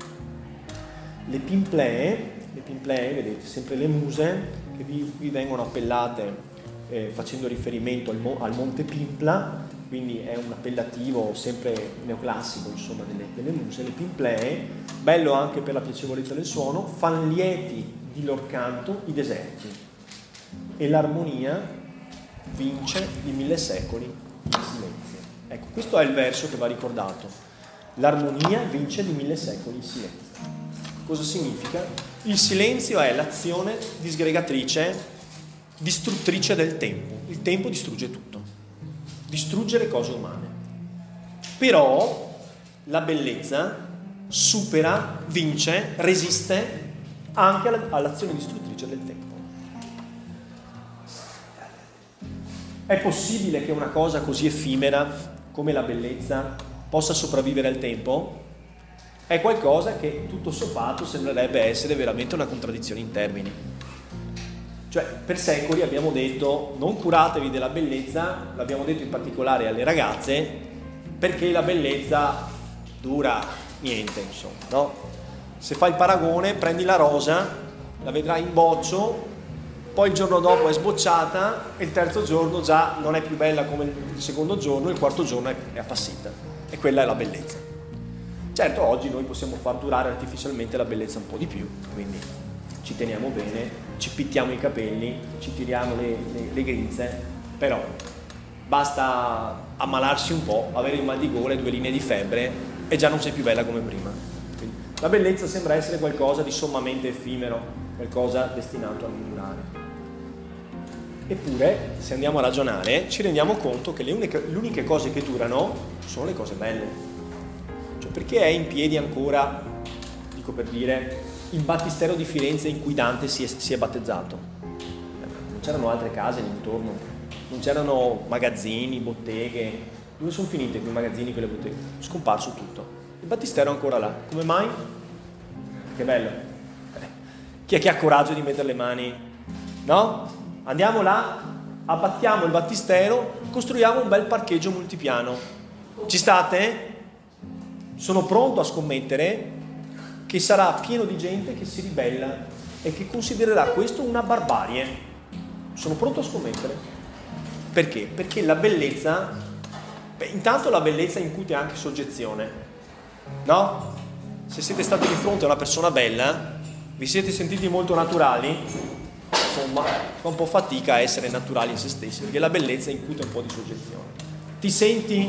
Le pimplee, le pimplee, vedete, sempre le muse, che vi, vi vengono appellate eh, facendo riferimento al, mo, al monte Pimpla, quindi è un appellativo sempre neoclassico, insomma, delle, delle muse. Le pimplee, bello anche per la piacevolezza del suono, fan lieti di lor canto i deserti, e l'armonia vince di mille secoli il silenzio. Ecco, questo è il verso che va ricordato. L'armonia vince di mille secoli il silenzio. Cosa significa? Il silenzio è l'azione disgregatrice, distruttrice del tempo. Il tempo distrugge tutto, distrugge le cose umane. Però la bellezza supera, vince, resiste anche all'azione distruttrice del tempo. È possibile che una cosa così effimera come la bellezza possa sopravvivere al tempo? È qualcosa che tutto sommato sembrerebbe essere veramente una contraddizione in termini. Cioè, per secoli abbiamo detto non curatevi della bellezza, l'abbiamo detto in particolare alle ragazze, perché la bellezza dura niente, insomma, no? Se fai il paragone, prendi la rosa, la vedrai in boccio, poi il giorno dopo è sbocciata e il terzo giorno già non è più bella come il secondo giorno, il quarto giorno è appassita. E quella è la bellezza. Certo, oggi noi possiamo far durare artificialmente la bellezza un po' di più, quindi ci teniamo bene, ci pittiamo i capelli, ci tiriamo le, le, le grinze, però basta ammalarsi un po', avere il mal di gola e due linee di febbre e già non sei più bella come prima. Quindi, la bellezza sembra essere qualcosa di sommamente effimero, qualcosa destinato a migliorare. Eppure, se andiamo a ragionare, ci rendiamo conto che le uniche, le uniche cose che durano sono le cose belle. Cioè, perché è in piedi ancora, dico per dire, il battistero di Firenze in cui Dante si è, si è battezzato? Non c'erano altre case lì intorno, non c'erano magazzini, botteghe. Dove sono finite quei magazzini, quelle botteghe? È scomparso tutto. Il battistero è ancora là. Come mai? Che bello. Eh. Chi è che ha coraggio di mettere le mani? No? Andiamo là, abbattiamo il battistero, costruiamo un bel parcheggio multipiano. Ci state? Sono pronto a scommettere che sarà pieno di gente che si ribella e che considererà questo una barbarie. Sono pronto a scommettere. Perché? Perché la bellezza, beh, intanto la bellezza incute anche soggezione, no? Se siete stati di fronte a una persona bella, vi siete sentiti molto naturali? Insomma, fa un po' fatica a essere naturali in se stessi, perché la bellezza incute un po' di soggezione. Ti senti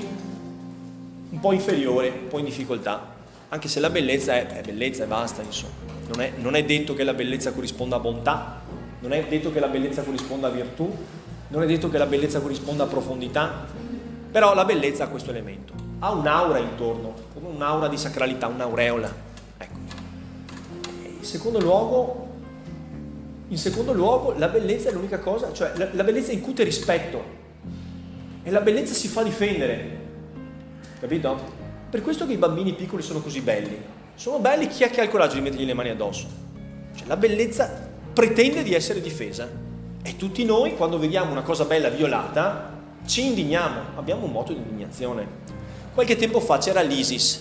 un po' inferiore, un po' in difficoltà, anche se la bellezza è, è bellezza e basta, insomma. Non è, non è detto che la bellezza corrisponda a bontà, non è detto che la bellezza corrisponda a virtù, non è detto che la bellezza corrisponda a profondità, però la bellezza ha questo elemento, ha un'aura intorno, come un'aura di sacralità, un'aureola. Ecco. In secondo luogo, in secondo luogo, la bellezza è l'unica cosa, cioè la, la bellezza incute rispetto e la bellezza si fa difendere, capito? Per questo che i bambini piccoli sono così belli. Sono belli chi è che ha il coraggio di mettergli le mani addosso. Cioè, la bellezza pretende di essere difesa e tutti noi, quando vediamo una cosa bella violata, ci indigniamo, abbiamo un moto di indignazione. Qualche tempo fa c'era l'ISIS.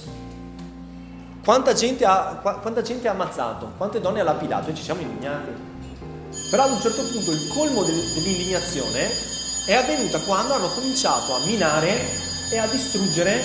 Quanta gente ha, quanta gente ha ammazzato, quante donne ha lapidato e ci siamo indignati. Però ad un certo punto il colmo dell'indignazione è avvenuta quando hanno cominciato a minare e a distruggere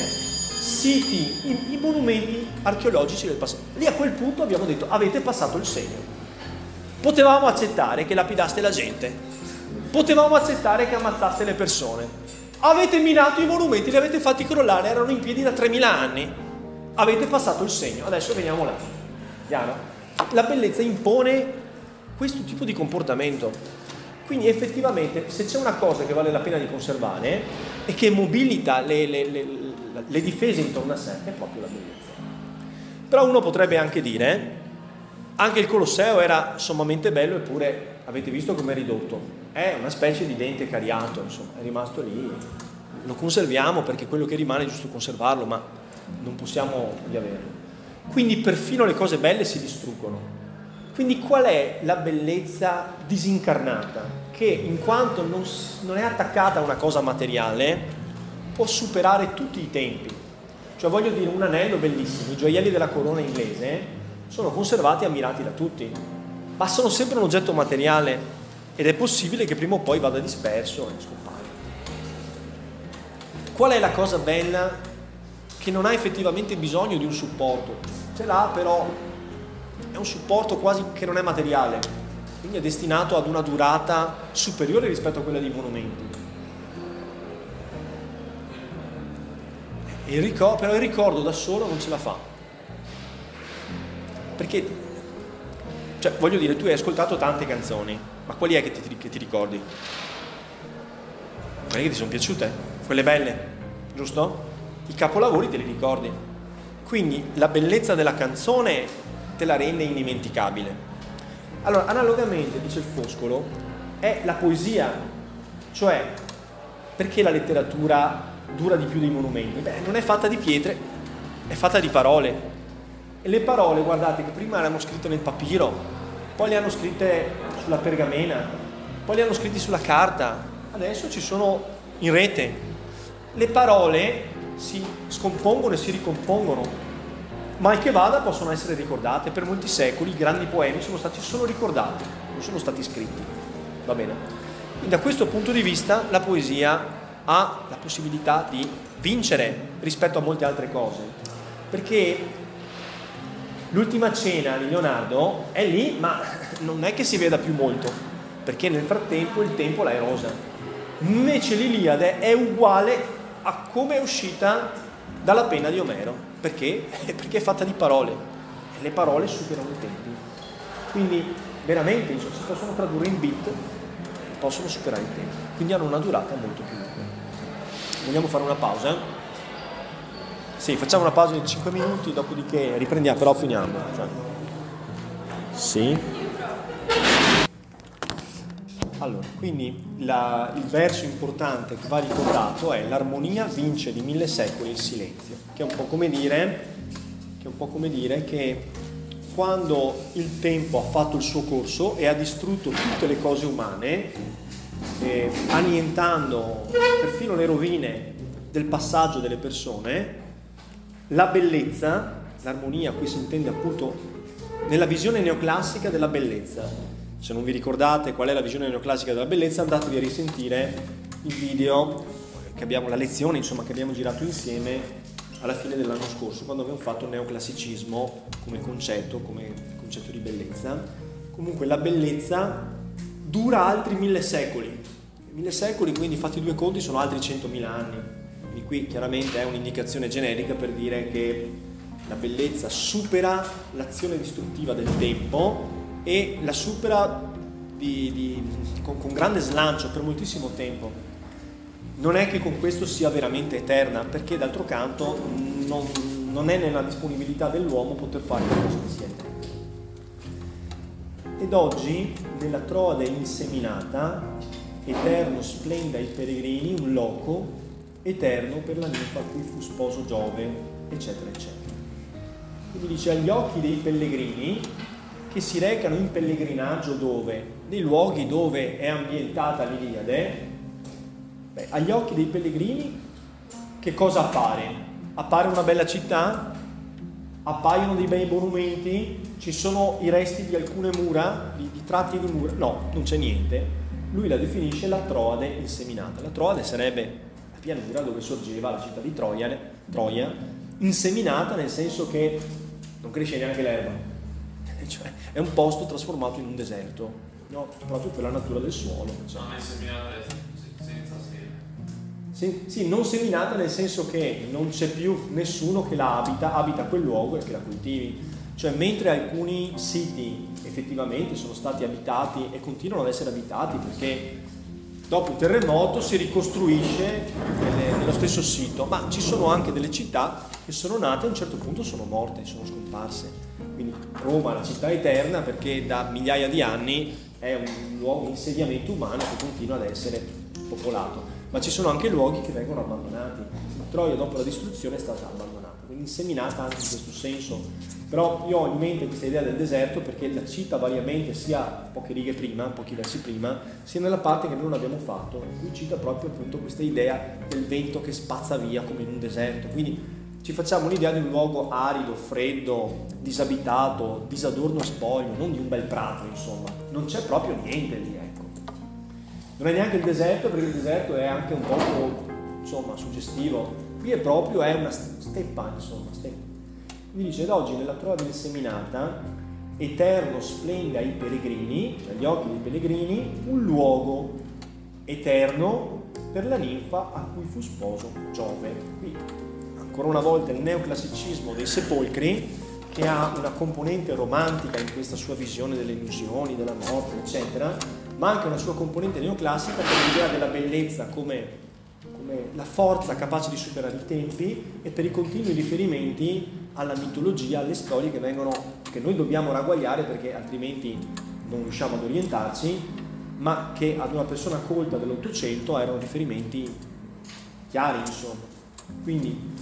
siti, i, i monumenti archeologici del passato. Lì a quel punto abbiamo detto: avete passato il segno. Potevamo accettare che lapidaste la gente, potevamo accettare che ammazzaste le persone, avete minato i monumenti, li avete fatti crollare, erano in piedi da tremila anni, avete passato il segno, adesso veniamo là. Chiaro? La bellezza impone questo tipo di comportamento. Quindi effettivamente, se c'è una cosa che vale la pena di conservare e che mobilita le, le, le, le difese intorno a sé, è proprio la bellezza. Però uno potrebbe anche dire: anche il Colosseo era sommamente bello, eppure avete visto com'è ridotto, è una specie di dente cariato, insomma, è rimasto lì, lo conserviamo perché quello che rimane è giusto conservarlo, ma non possiamo riaverlo. Quindi perfino le cose belle si distruggono. Quindi qual è la bellezza disincarnata? Che in quanto non, non è attaccata a una cosa materiale, può superare tutti i tempi. Cioè, voglio dire, un anello bellissimo, i gioielli della corona inglese sono conservati e ammirati da tutti, ma sono sempre un oggetto materiale ed è possibile che prima o poi vada disperso e scompaia. Qual è la cosa bella che non ha effettivamente bisogno di un supporto? Ce l'ha, però è un supporto quasi che non è materiale, quindi è destinato ad una durata superiore rispetto a quella dei monumenti. Il ricordo, però il ricordo da solo non ce la fa, perché, cioè, voglio dire, tu hai ascoltato tante canzoni, ma quali è che ti, che ti ricordi? Quelle che ti sono piaciute? Quelle belle, giusto? I capolavori te li ricordi. Quindi la bellezza della canzone te la rende indimenticabile. Allora, analogamente, dice il Foscolo, è la poesia, cioè, perché la letteratura dura di più dei monumenti? Beh, non è fatta di pietre, è fatta di parole. E le parole, guardate, che prima erano scritte nel papiro, poi le hanno scritte sulla pergamena, poi le hanno scritte sulla carta, adesso ci sono in rete. Le parole si scompongono e si ricompongono. mal che vada possono essere ricordate. Per molti secoli i grandi poemi sono stati solo ricordati, non sono stati scritti. Va bene? Quindi da questo punto di vista la poesia ha la possibilità di vincere rispetto a molte altre cose, perché l'Ultima Cena di Leonardo è lì, ma non è che si veda più molto, perché nel frattempo il tempo la erosa. Invece l'Iliade è uguale a come è uscita dalla penna di Omero, perché? Perché è fatta di parole, e le parole superano i tempi. Quindi veramente insomma, si possono tradurre in bit e possono superare i tempi, quindi hanno una durata molto più lunga. Vogliamo fare una pausa? Sì, facciamo una pausa di cinque minuti, dopodiché riprendiamo, però finiamo. Cioè. Sì. Allora, quindi la, il verso importante che va ricordato è: l'armonia vince di mille secoli il silenzio, che è un po' come dire che, è un po' come dire che quando il tempo ha fatto il suo corso e ha distrutto tutte le cose umane, eh, annientando perfino le rovine del passaggio delle persone, la bellezza, l'armonia, qui si intende appunto nella visione neoclassica della bellezza. Se non vi ricordate qual è la visione neoclassica della bellezza, andatevi a risentire il video che abbiamo, la lezione insomma che abbiamo girato insieme alla fine dell'anno scorso, quando abbiamo fatto il neoclassicismo come concetto, come concetto di bellezza. Comunque la bellezza dura altri mille secoli. Mille secoli, quindi fatti due conti, sono altri centomila anni. Quindi qui chiaramente è un'indicazione generica per dire che la bellezza supera l'azione distruttiva del tempo e la supera di, di, con, con grande slancio per moltissimo tempo. Non è che con questo sia veramente eterna, perché d'altro canto non, non è nella disponibilità dell'uomo poter fare qualcosa che sia eterno. Ed oggi, nella Troade inseminata, eterno splenda ai peregrini un loco, eterno per la ninfa a cui fu sposo Giove, eccetera, eccetera. Quindi dice: agli occhi dei pellegrini che si recano in pellegrinaggio dove? Nei luoghi dove è ambientata l'Iliade. Beh, agli occhi dei pellegrini che cosa appare? Appare una bella città? Appaiono dei bei monumenti? Ci sono i resti di alcune mura, di, di tratti di mura? No, non c'è niente. Lui la definisce la Troade inseminata. La Troade sarebbe la pianura dove sorgeva la città di Troia, Troia, inseminata nel senso che non cresce neanche l'erba, cioè è un posto trasformato in un deserto, no? Proprio per la natura del suolo. Cioè. Non è seminata senza seme. Sì, sì, non seminata nel senso che non c'è più nessuno che la abita, abita quel luogo e che la coltivi. Cioè, mentre alcuni siti effettivamente sono stati abitati e continuano ad essere abitati perché dopo il terremoto si ricostruisce nelle, nello stesso sito, ma ci sono anche delle città che sono nate e a un certo punto sono morte, sono scomparse. Quindi Roma, la città eterna, perché da migliaia di anni è un luogo di insediamento umano che continua ad essere popolato, ma ci sono anche luoghi che vengono abbandonati. Troia dopo la distruzione è stata abbandonata, quindi inseminata anche in questo senso. Però io ho in mente questa idea del deserto perché la cita variamente sia poche righe prima, pochi versi prima, sia nella parte che noi non abbiamo fatto, in cui cita proprio appunto questa idea del vento che spazza via come in un deserto. Quindi ci facciamo un'idea di un luogo arido, freddo, disabitato, disadorno e spoglio, non di un bel prato, insomma. Non c'è proprio niente lì, ecco. Non è neanche il deserto, perché il deserto è anche un po', insomma, suggestivo. Qui è proprio è una steppa, insomma, steppa. Quindi dice: ed oggi nella Troade inseminata, eterno splende ai peregrini, cioè agli occhi dei pellegrini, un luogo eterno per la ninfa a cui fu sposo Giove. Qui ancora una volta il neoclassicismo dei sepolcri, che ha una componente romantica in questa sua visione delle illusioni, della morte, eccetera, ma anche una sua componente neoclassica per l'idea della bellezza come, come la forza capace di superare i tempi, e per i continui riferimenti alla mitologia, alle storie che vengono, che noi dobbiamo ragguagliare perché altrimenti non riusciamo ad orientarci, ma che ad una persona colta dell'Ottocento erano riferimenti chiari, insomma. Quindi,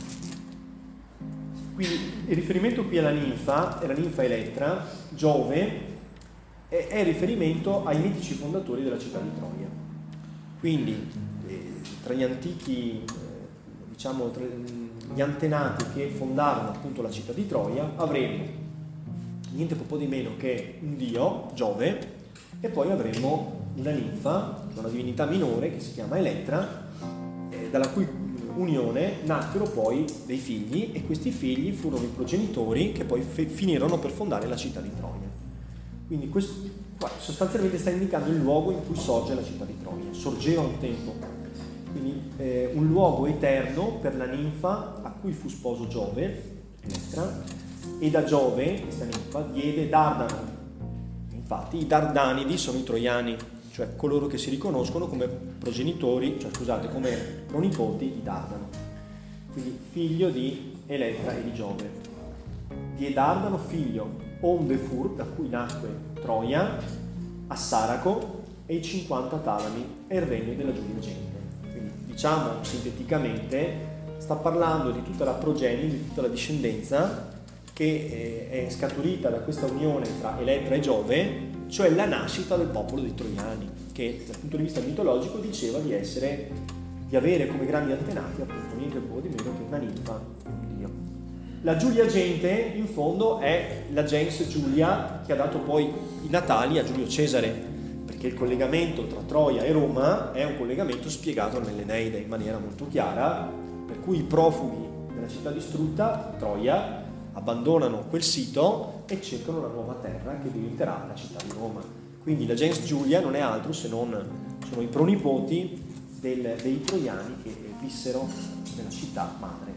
quindi il riferimento qui alla ninfa, è la ninfa Elettra, Giove, è, è riferimento ai mitici fondatori della città di Troia. Quindi eh, tra gli antichi, eh, diciamo, tra, gli antenati che fondarono appunto la città di Troia, avremo niente po' di meno che un dio, Giove, e poi avremo una ninfa, una divinità minore che si chiama Elettra, eh, dalla cui unione nacquero poi dei figli, e questi figli furono i progenitori che poi fe- finirono per fondare la città di Troia. Quindi questo qua, sostanzialmente sta indicando il luogo in cui sorge la città di Troia. Sorgeva un tempo, quindi eh, un luogo eterno per la ninfa a cui fu sposo Giove, Elettra, e da Giove, questa ninfa, diede Dardano. Infatti i Dardanidi sono i troiani, cioè coloro che si riconoscono come progenitori, cioè scusate, come pronipoti di Dardano. Quindi figlio di Elettra e di Giove. Diede Dardano figlio onde fur, da cui nacque Troia, Assaraco e i cinquanta talami e il regno della Giulia gente. Quindi diciamo sinteticamente sta parlando di tutta la progenie, di tutta la discendenza che è scaturita da questa unione tra Elettra e Giove, cioè la nascita del popolo dei Troiani, che dal punto di vista mitologico diceva di essere, di avere come grandi antenati appunto niente po' di meno che una ninfa e un dio. La Giulia gente in fondo è la gens Giulia che ha dato poi i natali a Giulio Cesare, perché il collegamento tra Troia e Roma è un collegamento spiegato nell'Eneide in maniera molto chiara, per cui i profughi della città distrutta, Troia, abbandonano quel sito e cercano una nuova terra che diventerà la città di Roma. Quindi la gens Giulia non è altro se non sono i pronipoti del, dei troiani che vissero nella città madre.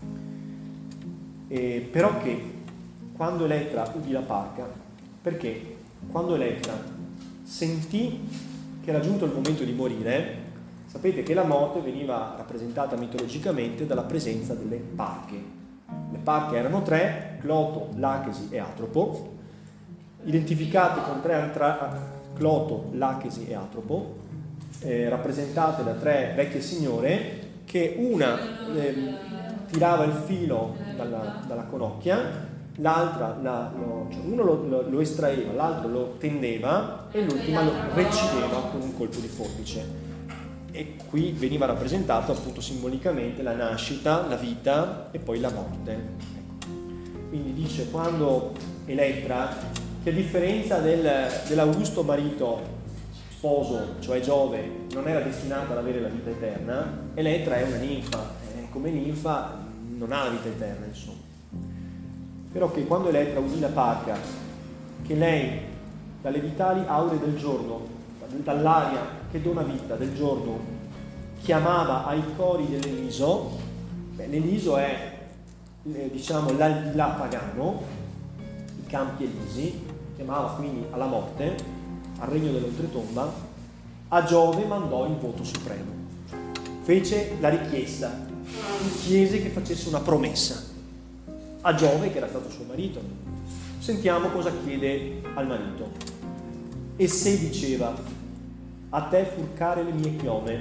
E però che quando Elettra udì la parca, perché quando Elettra sentì che era giunto il momento di morire, sapete che la morte veniva rappresentata mitologicamente dalla presenza delle parche. Le parche erano tre, Cloto, Lachesi e Atropo, identificate con tre antra- Cloto, Lachesi e Atropo, eh, rappresentate da tre vecchie signore che una eh, tirava il filo dalla, dalla conocchia, l'altra la, lo, cioè uno lo, lo, lo estraeva, l'altro lo tendeva e l'ultima lo recideva con un colpo di forbice. E qui veniva rappresentato appunto simbolicamente la nascita, la vita e poi la morte. Ecco. Quindi dice quando Elettra, che a differenza del, dell'augusto marito sposo, cioè Giove, non era destinata ad avere la vita eterna, Elettra è una ninfa, e come ninfa non ha la vita eterna, insomma. Però che quando Elettra udì la parca, che lei dalle vitali auree del giorno, dall'aria che dona vita del giorno, chiamava ai cori dell'Eliso, beh, l'Eliso è eh, diciamo l'aldilà pagano, i campi elisi, chiamava quindi alla morte, al regno dell'oltretomba, a Giove mandò il voto supremo, fece la richiesta, chiese che facesse una promessa a Giove che era stato suo marito. Sentiamo cosa chiede al marito. E se diceva: a te furcare le mie chiome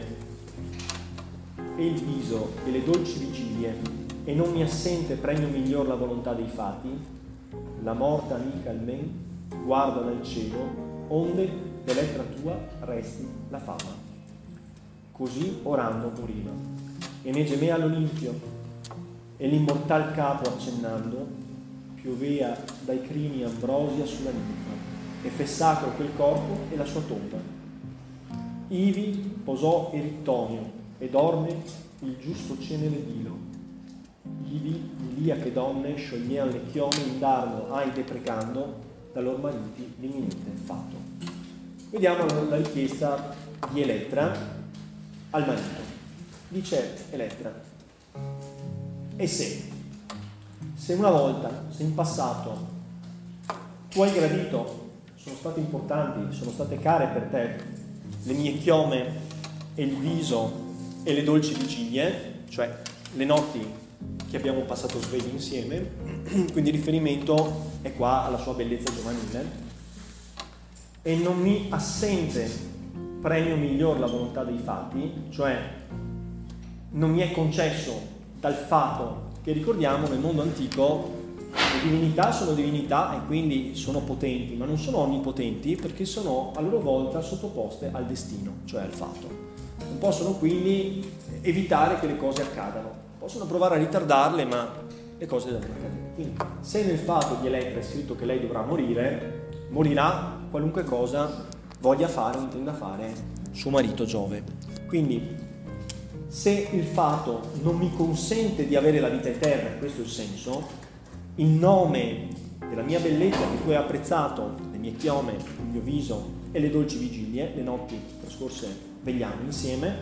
e il viso e le dolci vigilie, e non mi assente premio miglior la volontà dei fati, la morta amica almen guarda dal cielo, onde dell'Elettra tua resti la fama. Così orando moriva, e ne gemea l'Olimpio, e l'immortal capo accennando piovea dai crini ambrosia sulla ninfa, e fe sacro quel corpo e la sua tomba. Ivi posò Erittonio e dorme il giusto cenere d'Ilo. Ivi l'iliache donne sciogliean le chiome indarno ai deprecando da lor mariti l'imminente fatto. Vediamo la richiesta di Elettra al marito. Dice Elettra: e se? Se una volta, se in passato tu hai gradito, sono state importanti, sono state care per te le mie chiome e il viso e le dolci vigilie, cioè le notti che abbiamo passato svegli insieme, quindi il riferimento è qua alla sua bellezza giovanile, e non mi assente premio miglior la volontà dei fati, cioè non mi è concesso dal fato che, ricordiamo, nel mondo antico le divinità sono divinità e quindi sono potenti, ma non sono onnipotenti perché sono a loro volta sottoposte al destino, cioè al fatto. Non possono quindi evitare che le cose accadano. possono provare a ritardarle, ma le cose devono accadere. Quindi, se nel fato di Elettra è scritto che lei dovrà morire, morirà qualunque cosa voglia fare o intenda fare suo marito Giove. Quindi, se il fato non mi consente di avere la vita eterna, questo è il senso, in nome della mia bellezza che tu hai apprezzato, le mie chiome, il mio viso e le dolci vigilie, le notti trascorse vegliando insieme,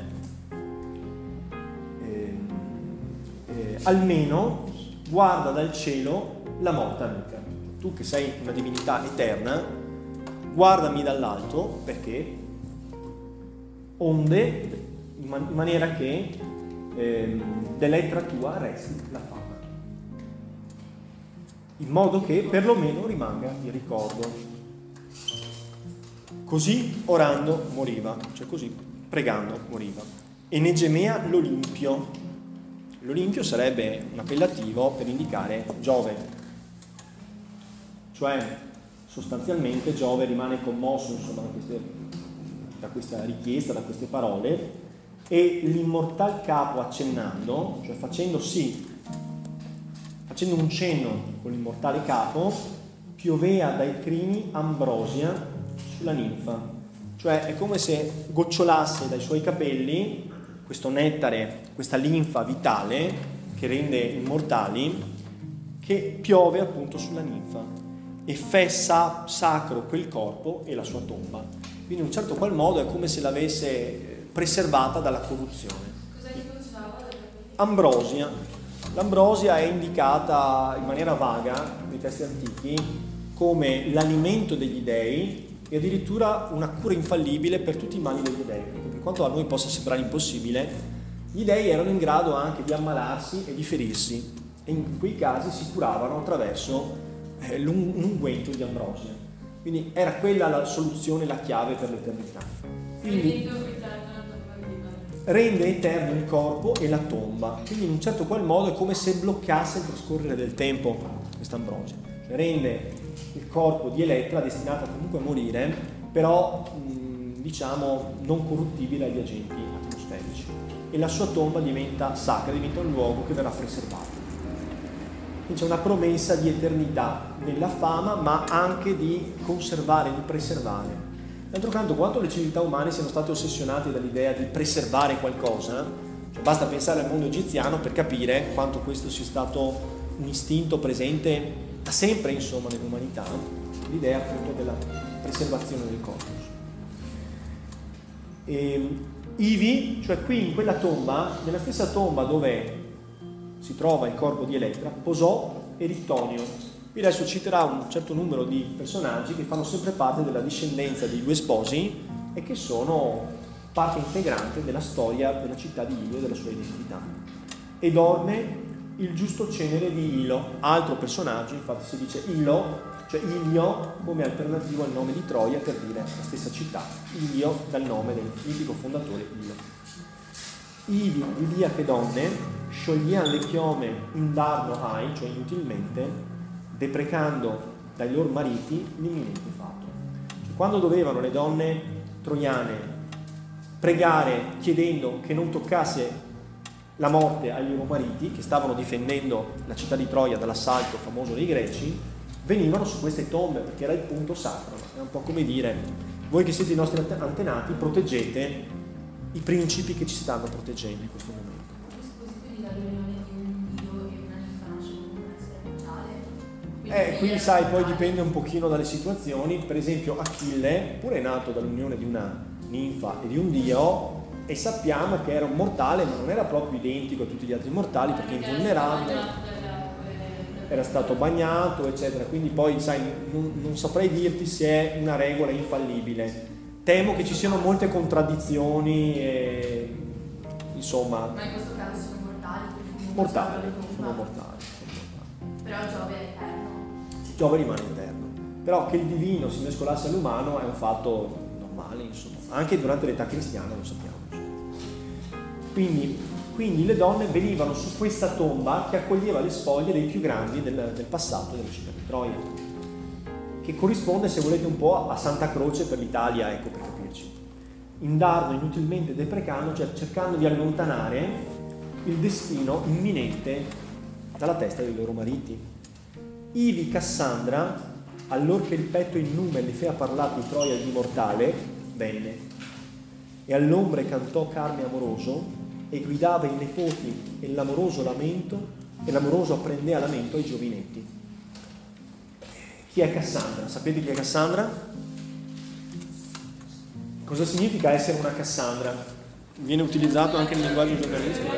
eh, eh, almeno guarda dal cielo la morte amica. Tu che sei una divinità eterna, guardami dall'alto, perché onde in, man- in maniera che eh, d'Elettra tua resti la fama, in modo che perlomeno rimanga il ricordo. Così orando moriva, cioè così pregando moriva. E ne gemea l'Olimpio. L'Olimpio sarebbe un appellativo per indicare Giove, cioè sostanzialmente Giove rimane commosso, insomma, da, queste, da questa richiesta, da queste parole, e l'immortal capo accennando, cioè facendo sì, facendo un cenno con l'immortale capo, piovea dai crini ambrosia sulla ninfa, cioè è come se gocciolasse dai suoi capelli questo nettare, questa linfa vitale che rende immortali, che piove appunto sulla ninfa e fessa sacro quel corpo e la sua tomba. Quindi in un certo qual modo è come se l'avesse preservata dalla corruzione. Cosa gli gocciolava? Ambrosia. L'ambrosia è indicata in maniera vaga nei testi antichi come l'alimento degli dei e addirittura una cura infallibile per tutti i mali degli dei. Per quanto a noi possa sembrare impossibile, gli dei erano in grado anche di ammalarsi e di ferirsi, e in quei casi si curavano attraverso eh, l'un- l'unguento di ambrosia. Quindi era quella la soluzione, la chiave per l'eternità. Quindi rende eterno il corpo e la tomba, quindi in un certo qual modo è come se bloccasse il trascorrere del tempo questa ambrosia, cioè rende il corpo di Elettra destinato comunque a morire, però mh, diciamo non corruttibile agli agenti atmosferici, e la sua tomba diventa sacra, diventa un luogo che verrà preservato. Quindi c'è una promessa di eternità nella fama, ma anche di conservare, di preservare. D'altro canto, quanto le civiltà umane siano state ossessionate dall'idea di preservare qualcosa, cioè basta pensare al mondo egiziano per capire quanto questo sia stato un istinto presente da sempre, insomma, nell'umanità, l'idea appunto della preservazione del corpo. E, ivi, cioè qui in quella tomba, nella stessa tomba dove si trova il corpo di Elettra, posò Erittonio. Qui adesso citerà un certo numero di personaggi che fanno sempre parte della discendenza dei due sposi e che sono parte integrante della storia della città di Ilo e della sua identità. E dorme il giusto cenere di Ilo, altro personaggio, infatti si dice Ilo, cioè Ilio come alternativo al nome di Troia per dire la stessa città, Ilio dal nome del mitico fondatore Ilo. Ivi vidiache donne scioglian le chiome in darno ai, cioè inutilmente, deprecando dai loro mariti l'imminente fatto. Cioè, quando dovevano le donne troiane pregare chiedendo che non toccasse la morte ai loro mariti, che stavano difendendo la città di Troia dall'assalto famoso dei greci, venivano su queste tombe perché era il punto sacro. È un po' come dire: voi che siete i nostri antenati, proteggete i principi che ci stanno proteggendo in questo momento. Eh, qui sai, poi dipende un pochino dalle situazioni. Per esempio Achille pure è nato dall'unione di una ninfa e di un dio, e sappiamo che era un mortale, ma non era proprio identico a tutti gli altri mortali perché invulnerabile, era stato bagnato eccetera. Quindi poi sai, non, non saprei dirti se è una regola infallibile. Temo che ci siano molte contraddizioni e, insomma, ma in questo caso sono mortali, mortali, sono mortali, sono mortali. Però Giove è eterno. Giove rimane eterno, però che il divino si mescolasse all'umano è un fatto normale, insomma, anche durante l'età cristiana lo sappiamo. Quindi, quindi le donne venivano su questa tomba che accoglieva le spoglie dei più grandi del, del passato della città di Troia, che corrisponde, se volete, un po' a Santa Croce per l'Italia, ecco, per capirci. Indarno, inutilmente deprecando, cioè cercando di allontanare il destino imminente dalla testa dei loro mariti. Ivi Cassandra, allor che il petto in nume le fea parlar di Troia e di mortale, venne, e all'ombre cantò carme amoroso, e guidava i nipoti e l'amoroso lamento, e l'amoroso apprendea lamento ai giovinetti. Chi è Cassandra? Sapete chi è Cassandra? Cosa significa essere una Cassandra? Viene utilizzato anche nel linguaggio giornalistico.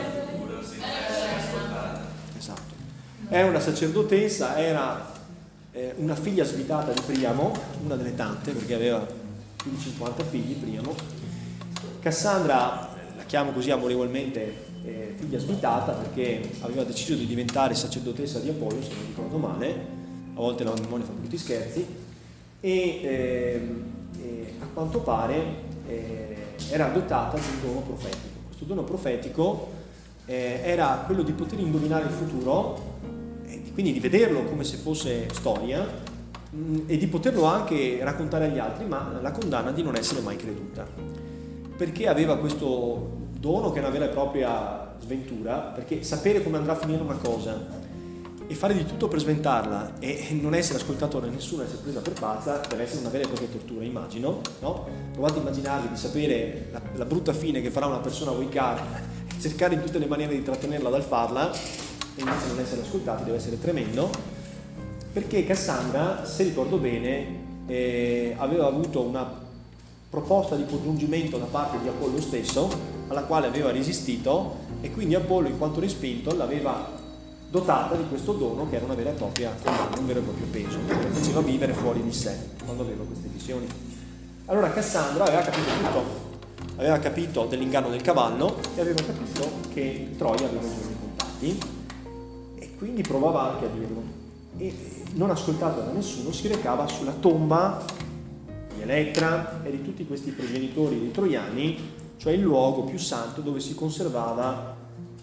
Esatto. È una sacerdotessa, era eh, una figlia svitata di Priamo, una delle tante, perché aveva più di cinquanta figli, Priamo. Cassandra, la chiamo così amorevolmente eh, figlia svitata, perché aveva deciso di diventare sacerdotessa di Apollo, se non ricordo male, a volte la memoria fa brutti scherzi, e eh, eh, a quanto pare eh, era dotata di un dono profetico. Questo dono profetico eh, era quello di poter indovinare il futuro, e quindi di vederlo come se fosse storia, mh, e di poterlo anche raccontare agli altri, ma la condanna di non essere mai creduta, perché aveva questo dono che è una vera e propria sventura, perché sapere come andrà a finire una cosa e fare di tutto per sventarla e non essere ascoltato da nessuno, essere presa per pazza, deve essere una vera e propria tortura, immagino, no? Provate a immaginarvi di sapere la, la brutta fine che farà una persona a voi cara e cercare in tutte le maniere di trattenerla dal farla, e invece non essere ascoltati, deve essere tremendo, perché Cassandra, se ricordo bene, eh, aveva avuto una proposta di congiungimento da parte di Apollo stesso, alla quale aveva resistito, e quindi Apollo, in quanto respinto, l'aveva dotata di questo dono che era una vera e propria, un vero e proprio peso, che la faceva vivere fuori di sé quando aveva queste visioni. Allora Cassandra aveva capito tutto, aveva capito dell'inganno del cavallo e aveva capito che Troia aveva i giorni contati, e quindi provava anche a dirlo, e non ascoltato da nessuno si recava sulla tomba di Elettra e di tutti questi progenitori dei troiani, cioè il luogo più santo dove si conservava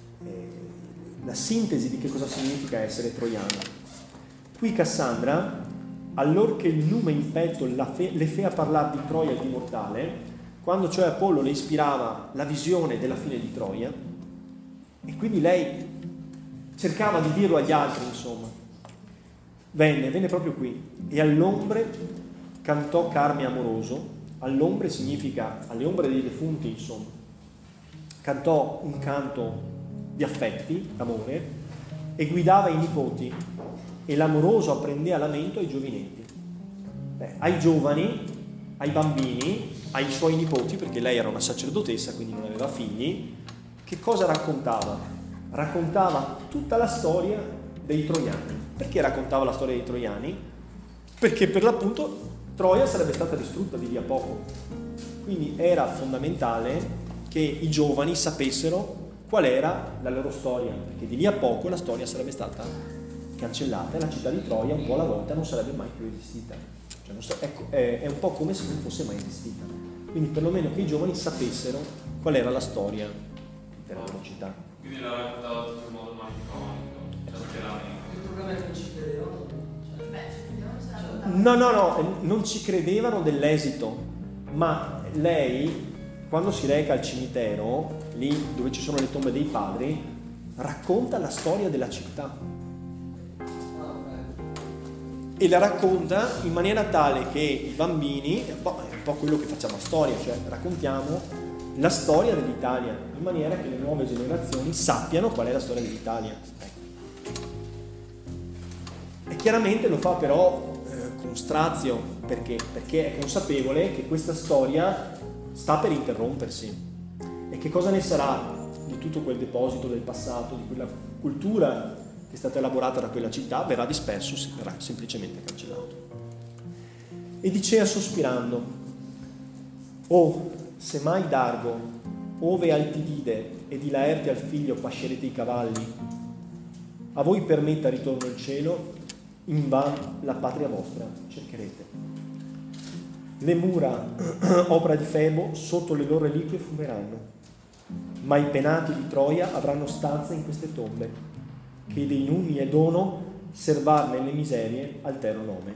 la sintesi di che cosa significa essere troiano. Qui Cassandra, allorché il nume in petto fe- le fea parlare di Troia e di mortale, quando cioè Apollo le ispirava la visione della fine di Troia, e quindi lei cercava di dirlo agli altri, insomma, venne, venne proprio qui, e all'ombre cantò carme amoroso. All'ombre significa alle ombre dei defunti, insomma, cantò un canto di affetti, d'amore, e guidava i nipoti, e l'amoroso apprendea lamento ai giovinetti. Beh, ai giovani, ai bambini, ai suoi nipoti, perché lei era una sacerdotessa, quindi non aveva figli, che cosa raccontava? Raccontava tutta la storia dei troiani. Perché raccontava la storia dei troiani? Perché per l'appunto Troia sarebbe stata distrutta di lì a poco. Quindi era fondamentale che i giovani sapessero qual era la loro storia, perché di lì a poco la storia sarebbe stata cancellata e la città di Troia un po' alla volta non sarebbe mai più esistita. Cioè, non so, ecco, è, è un po' come se non fosse mai esistita. Quindi perlomeno che i giovani sapessero qual era la storia della loro città. Quindi l'ha raccontato tutto in modo maniconico, cioè chiaramente. Il problema è che non ci credevano. Beh, ci vediamo. No, no, no, non ci credevano dell'esito, ma lei, quando si reca al cimitero, lì dove ci sono le tombe dei padri, racconta la storia della città. E la racconta in maniera tale che i bambini, è un po', è un po' quello che facciamo a storia, cioè raccontiamo la storia dell'Italia, in maniera che le nuove generazioni sappiano qual è la storia dell'Italia. E chiaramente lo fa però eh, con strazio, perché? Perché è consapevole che questa storia sta per interrompersi. E che cosa ne sarà di tutto quel deposito del passato, di quella cultura che è stata elaborata da quella città? Verrà disperso, verrà semplicemente cancellato. E dicea sospirando: «Oh, se mai Dargo, ove Altidide ed i Laerti al figlio pascerete i cavalli, a voi permetta ritorno il cielo, invan la patria vostra cercherete. Le mura, opera di Febo, sotto le loro reliquie fumeranno, ma i penati di Troia avranno stanza in queste tombe, che dei numi è dono servarne le miserie al terro nome.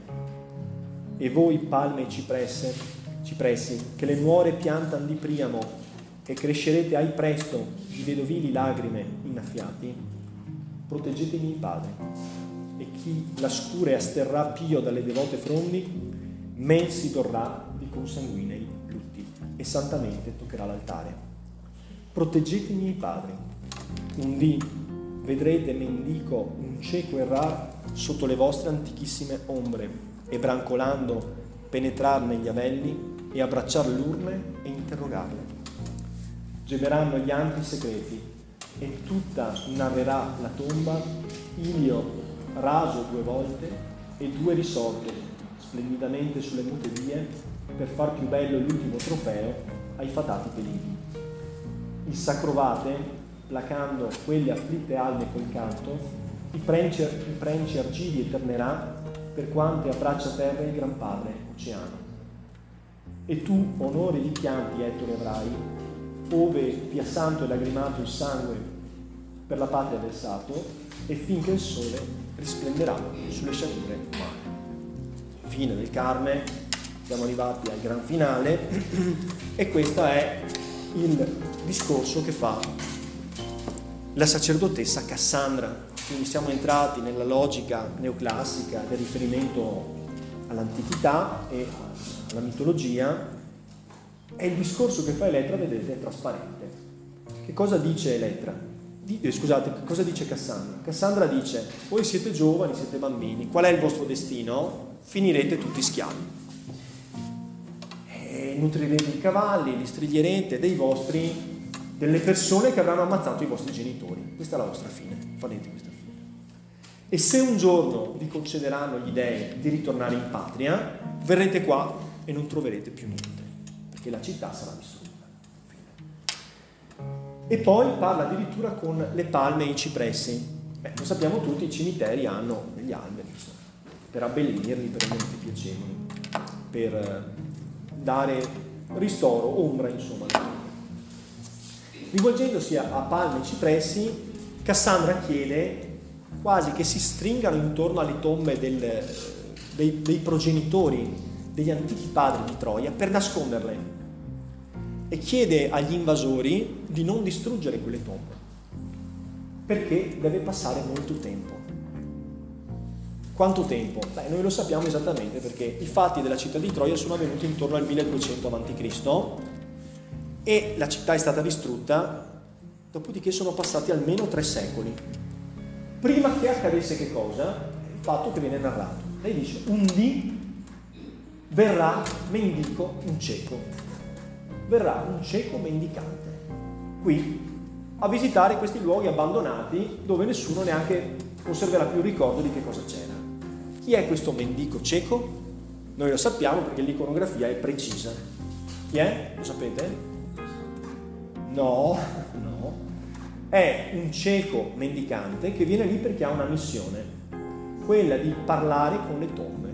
E voi palme e cipresse, cipressi, che le nuore piantan di Priamo, che crescerete ai presto di vedovili lagrime innaffiati, proteggetemi il Padre, e chi la scure asterrà pio dalle devote frondi, men si dorrà di consanguinei lutti e santamente toccherà l'altare. Proteggetemi il Padre, un dì vedrete mendico un cieco errar sotto le vostre antichissime ombre e brancolando penetrar negli avelli e abbracciar l'urne e interrogarle. Gemeranno gli antri segreti e tutta narrerà la tomba Ilio raso due volte e due risorte splendidamente sulle mute vie per far più bello l'ultimo trofeo ai fatati pelini. Il sacrovate, placando quelle afflitte alme col canto, i prenci, i prenci argivi eternerà per quante abbraccia terra il Gran Padre oceano. E tu, onore di pianti, Ettore, avrai, ove via santo e lagrimato il sangue per la patria versato, e finché il sole risplenderà sulle sciagure umane. Fine del Carme, siamo arrivati al gran finale e questo è il discorso che fa la sacerdotessa Cassandra. Quindi siamo entrati nella logica neoclassica del riferimento all'antichità e alla mitologia, e il discorso che fa Elettra, vedete, è trasparente. Che cosa dice Elettra? Di, eh, scusate, che cosa dice Cassandra? Cassandra dice: voi siete giovani, siete bambini, qual è il vostro destino? Finirete tutti schiavi. E nutrirete i cavalli, li striglierete dei vostri, delle persone che avranno ammazzato i vostri genitori. Questa è la vostra fine, farete questa fine. E se un giorno vi concederanno gli dei di ritornare in patria, verrete qua e non troverete più niente, perché la città sarà distrutta. E poi parla addirittura con le palme e i cipressi. Beh, lo sappiamo tutti, i cimiteri hanno degli alberi, insomma, per abbellirli, per renderli piacevoli, per dare ristoro, ombra, insomma. Rivolgendosi a palme e cipressi, Cassandra chiede quasi che si stringano intorno alle tombe del, dei, dei progenitori, degli antichi padri di Troia, per nasconderle, e chiede agli invasori di non distruggere quelle tombe, perché deve passare molto tempo. Quanto tempo? Beh, noi lo sappiamo esattamente, perché i fatti della città di Troia sono avvenuti intorno al milleduecento avanti Cristo e la città è stata distrutta, dopodiché sono passati almeno tre secoli. Prima che accadesse che cosa? Il fatto che viene narrato. Lei dice: un dì verrà mendico un cieco. Verrà un cieco mendicante qui a visitare questi luoghi abbandonati dove nessuno neanche conserverà più ricordo di che cosa c'era. Chi è questo mendico cieco? Noi lo sappiamo perché l'iconografia è precisa. Chi è? Lo sapete? No, no. È un cieco mendicante che viene lì perché ha una missione, quella di parlare con le tombe,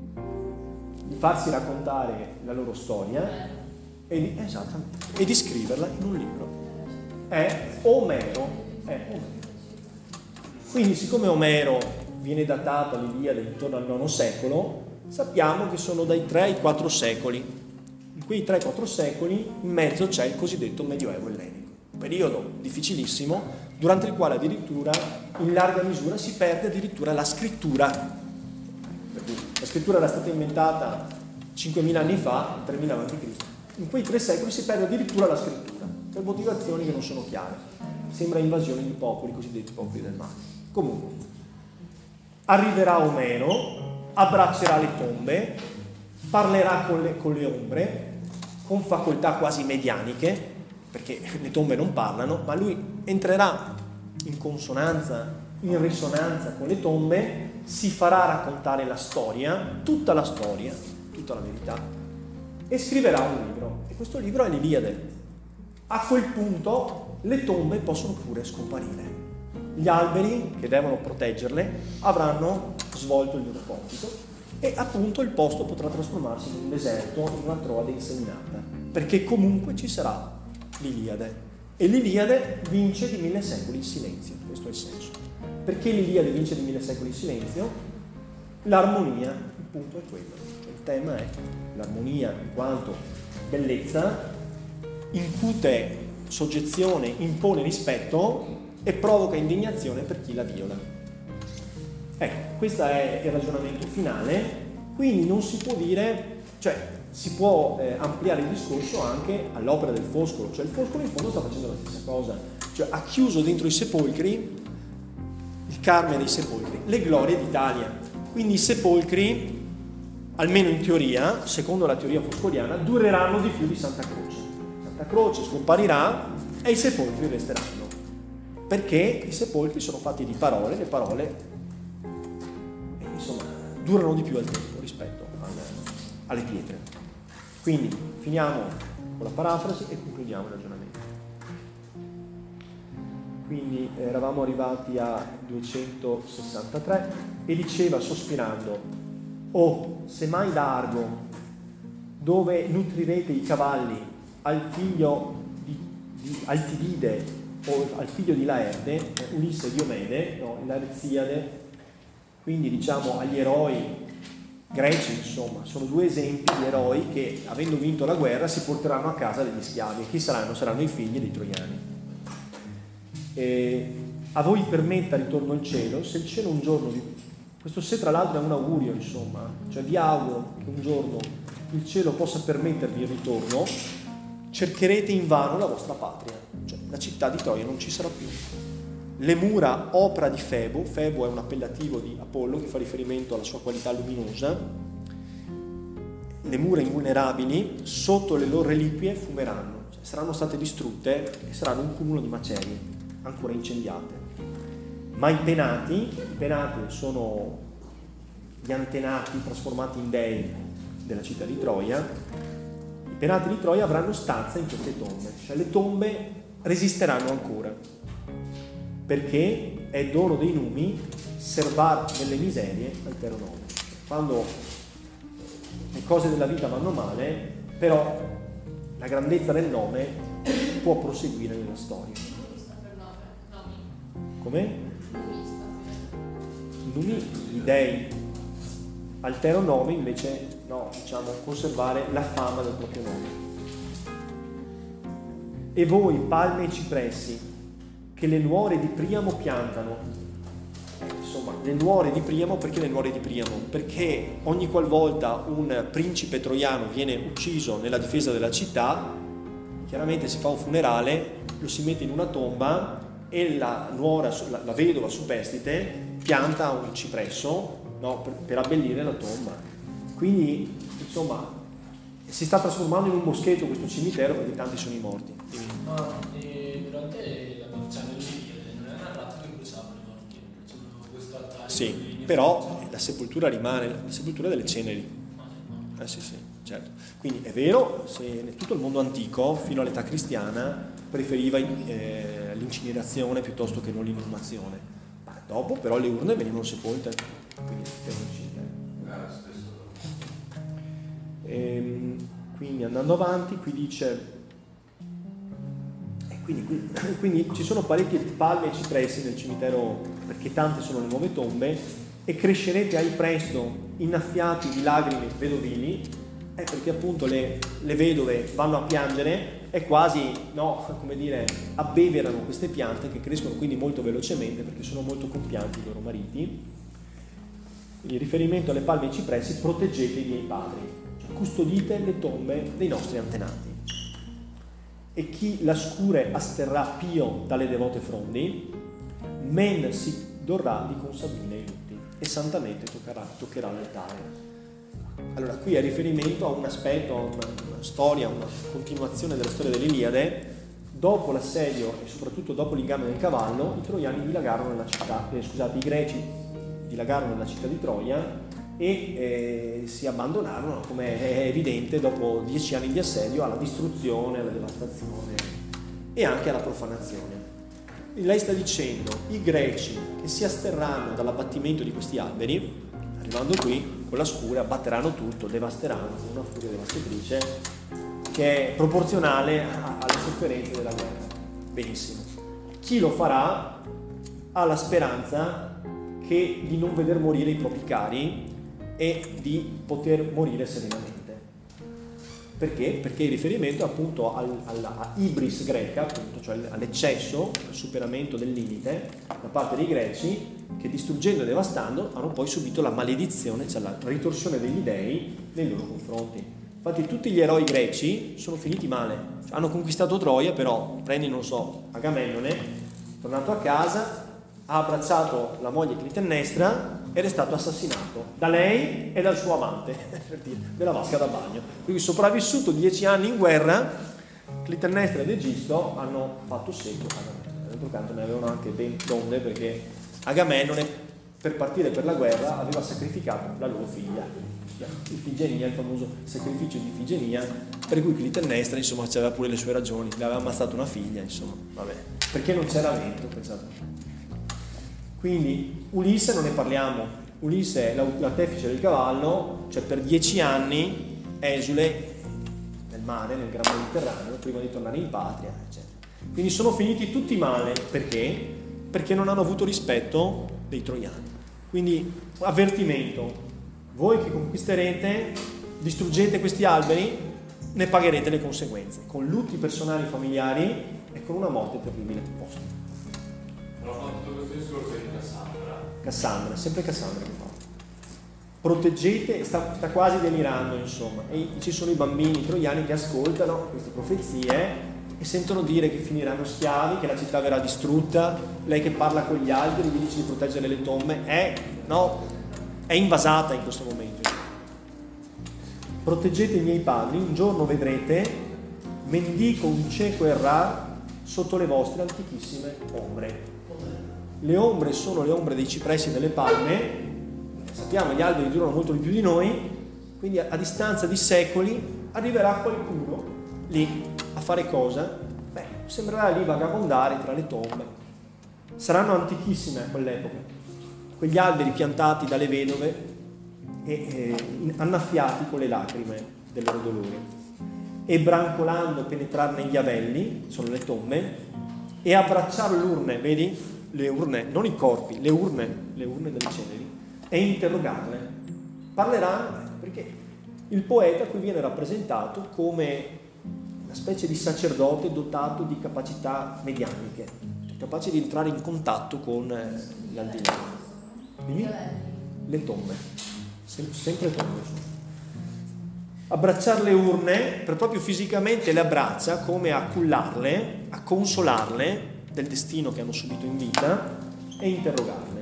di farsi raccontare la loro storia e di, esattamente, e di scriverla in un libro. È Omero. È Omero. Quindi, siccome Omero viene datato all'Iliade intorno al nono secolo, sappiamo che sono dai tre ai quattro secoli. In quei tre quattro secoli in mezzo c'è il cosiddetto Medioevo ellenico, un periodo difficilissimo durante il quale addirittura in larga misura si perde addirittura la scrittura. Perché la scrittura era stata inventata cinquemila anni fa, tremila avanti Cristo. In quei tre secoli si perde addirittura la scrittura, per motivazioni che non sono chiare. Sembra invasione di popoli, cosiddetti popoli del mare. Comunque, arriverà Omero, abbraccerà le tombe, parlerà con le, con le ombre, con facoltà quasi medianiche, perché le tombe non parlano, ma lui entrerà in consonanza, in risonanza con le tombe, si farà raccontare la storia, tutta la storia, tutta la verità, e scriverà un libro, e questo libro è l'Iliade. A quel punto le tombe possono pure scomparire. Gli alberi che devono proteggerle avranno svolto il loro compito e appunto il posto potrà trasformarsi in un deserto, in una Troade inseminata, perché comunque ci sarà l'Iliade. E l'Iliade vince di mille secoli il silenzio, questo è il senso. Perché l'Iliade vince di mille secoli il silenzio? L'armonia, il punto è quello. Il tema è l'armonia in quanto bellezza, incute soggezione impone rispetto e provoca indignazione per chi la viola. Ecco, questo è il ragionamento finale, quindi non si può dire, cioè si può eh, ampliare il discorso anche all'opera del Foscolo, cioè il Foscolo in fondo sta facendo la stessa cosa, cioè ha chiuso dentro i sepolcri, il Carme dei sepolcri, le glorie d'Italia, quindi i sepolcri, almeno in teoria, secondo la teoria foscoliana, dureranno di più di Santa Croce. Santa Croce scomparirà e i sepolcri resteranno, perché i sepolcri sono fatti di parole, le parole eh, insomma durano di più al tempo rispetto alle, alle pietre. Quindi finiamo con la parafrasi e concludiamo il ragionamento. Quindi eravamo arrivati a duecentosessantatré e diceva sospirando: «Oh, se mai da Argo, dove nutrirete i cavalli, al figlio di, di Altidide o al figlio di Laerte», Ulisse e Diomede, no, l'Arziade, quindi diciamo agli eroi greci, insomma, sono due esempi di eroi che, avendo vinto la guerra, si porteranno a casa degli schiavi. E chi saranno? Saranno i figli dei troiani. E a voi permetta, ritorno al cielo, se il cielo un giorno vi... questo se tra l'altro è un augurio, insomma, cioè vi auguro che un giorno il cielo possa permettervi il ritorno, cercherete invano la vostra patria, cioè la città di Troia non ci sarà più. Le mura, opera di Febo, Febo è un appellativo di Apollo che fa riferimento alla sua qualità luminosa, le mura invulnerabili sotto le loro reliquie fumeranno, cioè saranno state distrutte e saranno un cumulo di macerie ancora incendiate. Ma i penati, i penati sono gli antenati trasformati in dei della città di Troia, i penati di Troia avranno stanza in queste tombe, cioè le tombe resisteranno ancora, perché è dono dei numi servar nelle miserie altero nome. Quando le cose della vita vanno male, però la grandezza del nome può proseguire nella storia. Come? Numi, gli dei, altero nome invece no, diciamo conservare la fama del proprio nome. E voi, palme e cipressi, che le nuore di Priamo piantano, eh, insomma, le nuore di Priamo, perché le nuore di Priamo? Perché ogni qualvolta un principe troiano viene ucciso nella difesa della città, chiaramente si fa un funerale, lo si mette in una tomba e la nuora, la, la vedova superstite, pianta un cipresso, no, per, per abbellire la tomba. Quindi, insomma, si sta trasformando in un boschetto questo cimitero perché tanti sono i morti. Ma eh, durante la battaglia dell'Iliade non è narrato che bruciavano i morti, facevano questo altario. Sì, però la sepoltura rimane, la sepoltura delle ceneri. Eh sì, sì, certo. Quindi è vero, se tutto il mondo antico, fino all'età cristiana, preferiva eh, l'incinerazione piuttosto che non l'inumazione. Ma dopo però le urne venivano sepolte, quindi erano incinte. Ehm, quindi andando avanti, qui dice... Quindi, quindi, quindi ci sono parecchie palme e cipressi nel cimitero, perché tante sono le nuove tombe, e crescerete ai presto innaffiati di lacrime vedovili, eh, perché appunto le, le vedove vanno a piangere e quasi, no, come dire, abbeverano queste piante che crescono quindi molto velocemente perché sono molto compianti i loro mariti. Quindi riferimento alle palme e ai cipressi, proteggete i miei padri, cioè custodite le tombe dei nostri antenati. E chi la scure asterrà pio dalle devote frondi, men si dorrà di consabile i lutti e santamente toccherà, toccherà l'altare. Allora, qui è riferimento a un aspetto, a una, una storia, una continuazione della storia dell'Iliade. Dopo l'assedio e soprattutto dopo l'inganno del cavallo, i troiani dilagarono nella città, eh, scusate, i greci dilagarono nella città di Troia e eh, si abbandonarono, come è evidente, dopo dieci anni di assedio, alla distruzione, alla devastazione e anche alla profanazione. E lei sta dicendo: i greci che si asterranno dall'abbattimento di questi alberi, arrivando qui con la scure, abbatteranno tutto, devasteranno con una furia devastatrice che è proporzionale alle sofferenze della guerra. Benissimo. Chi lo farà ha la speranza che di non veder morire i propri cari e di poter morire serenamente. Perché? Perché il riferimento è appunto al, alla ibris greca, appunto, cioè all'eccesso, al superamento del limite da parte dei greci, che distruggendo e devastando hanno poi subito la maledizione, cioè la ritorsione degli dei nei loro confronti. Infatti tutti gli eroi greci sono finiti male, cioè, hanno conquistato Troia, però prendi, non so, Agamennone, tornato a casa, ha abbracciato la moglie Clitennestra ed è stato assassinato da lei e dal suo amante, per dire, della vasca da bagno. Quindi sopravvissuto dieci anni in guerra, Clitennestra ed Egisto hanno fatto seguito a Agamennone. D'altro canto ne avevano anche ben donde, perché Agamennone per partire per la guerra aveva sacrificato la loro figlia, Ifigenia, il famoso sacrificio di Ifigenia, per cui Clitennestra insomma aveva pure le sue ragioni, le aveva ammazzato una figlia, insomma, vabbè, perché non c'era vento, pensate. Quindi Ulisse non ne parliamo, Ulisse è l'artefice del cavallo, cioè per dieci anni esule nel mare, nel Gran Mediterraneo, prima di tornare in patria, eccetera. Quindi sono finiti tutti male, perché? Perché non hanno avuto rispetto dei troiani. Quindi avvertimento, voi che conquisterete, distruggete questi alberi, ne pagherete le conseguenze, con lutti personali familiari e con una morte terribile posta. Non ho fatto tutto questo discorso di Cassandra. Cassandra, sempre Cassandra che fa. Proteggete, sta, sta quasi delirando, insomma, e ci sono i bambini troiani che ascoltano queste profezie e sentono dire che finiranno schiavi, che la città verrà distrutta, lei che parla con gli alberi, gli dice di proteggere le tombe, è, no, è invasata in questo momento. Proteggete i miei padri, un giorno vedrete, mendico un cieco errar sotto le vostre antichissime ombre. Le ombre sono le ombre dei cipressi e delle palme, sappiamo gli alberi durano molto di più di noi, quindi a, a distanza di secoli arriverà qualcuno lì a fare cosa? Beh, sembrerà lì vagabondare tra le tombe. Saranno antichissime a quell'epoca, quegli alberi piantati dalle vedove e eh, annaffiati con le lacrime del loro dolore, e brancolando penetrar negli avelli, sono le tombe, e abbracciare l'urne, vedi? Le urne, non i corpi, le urne, le urne delle ceneri, e interrogarle. Parleranno, perché il poeta qui viene rappresentato come una specie di sacerdote dotato di capacità medianiche, capace di entrare in contatto con l'aldilà. Dimmi? Le tombe, Sem- sempre tombe. Abbracciare le urne, per proprio fisicamente le abbraccia, come a cullarle, a consolarle del destino che hanno subito in vita, e interrogarle.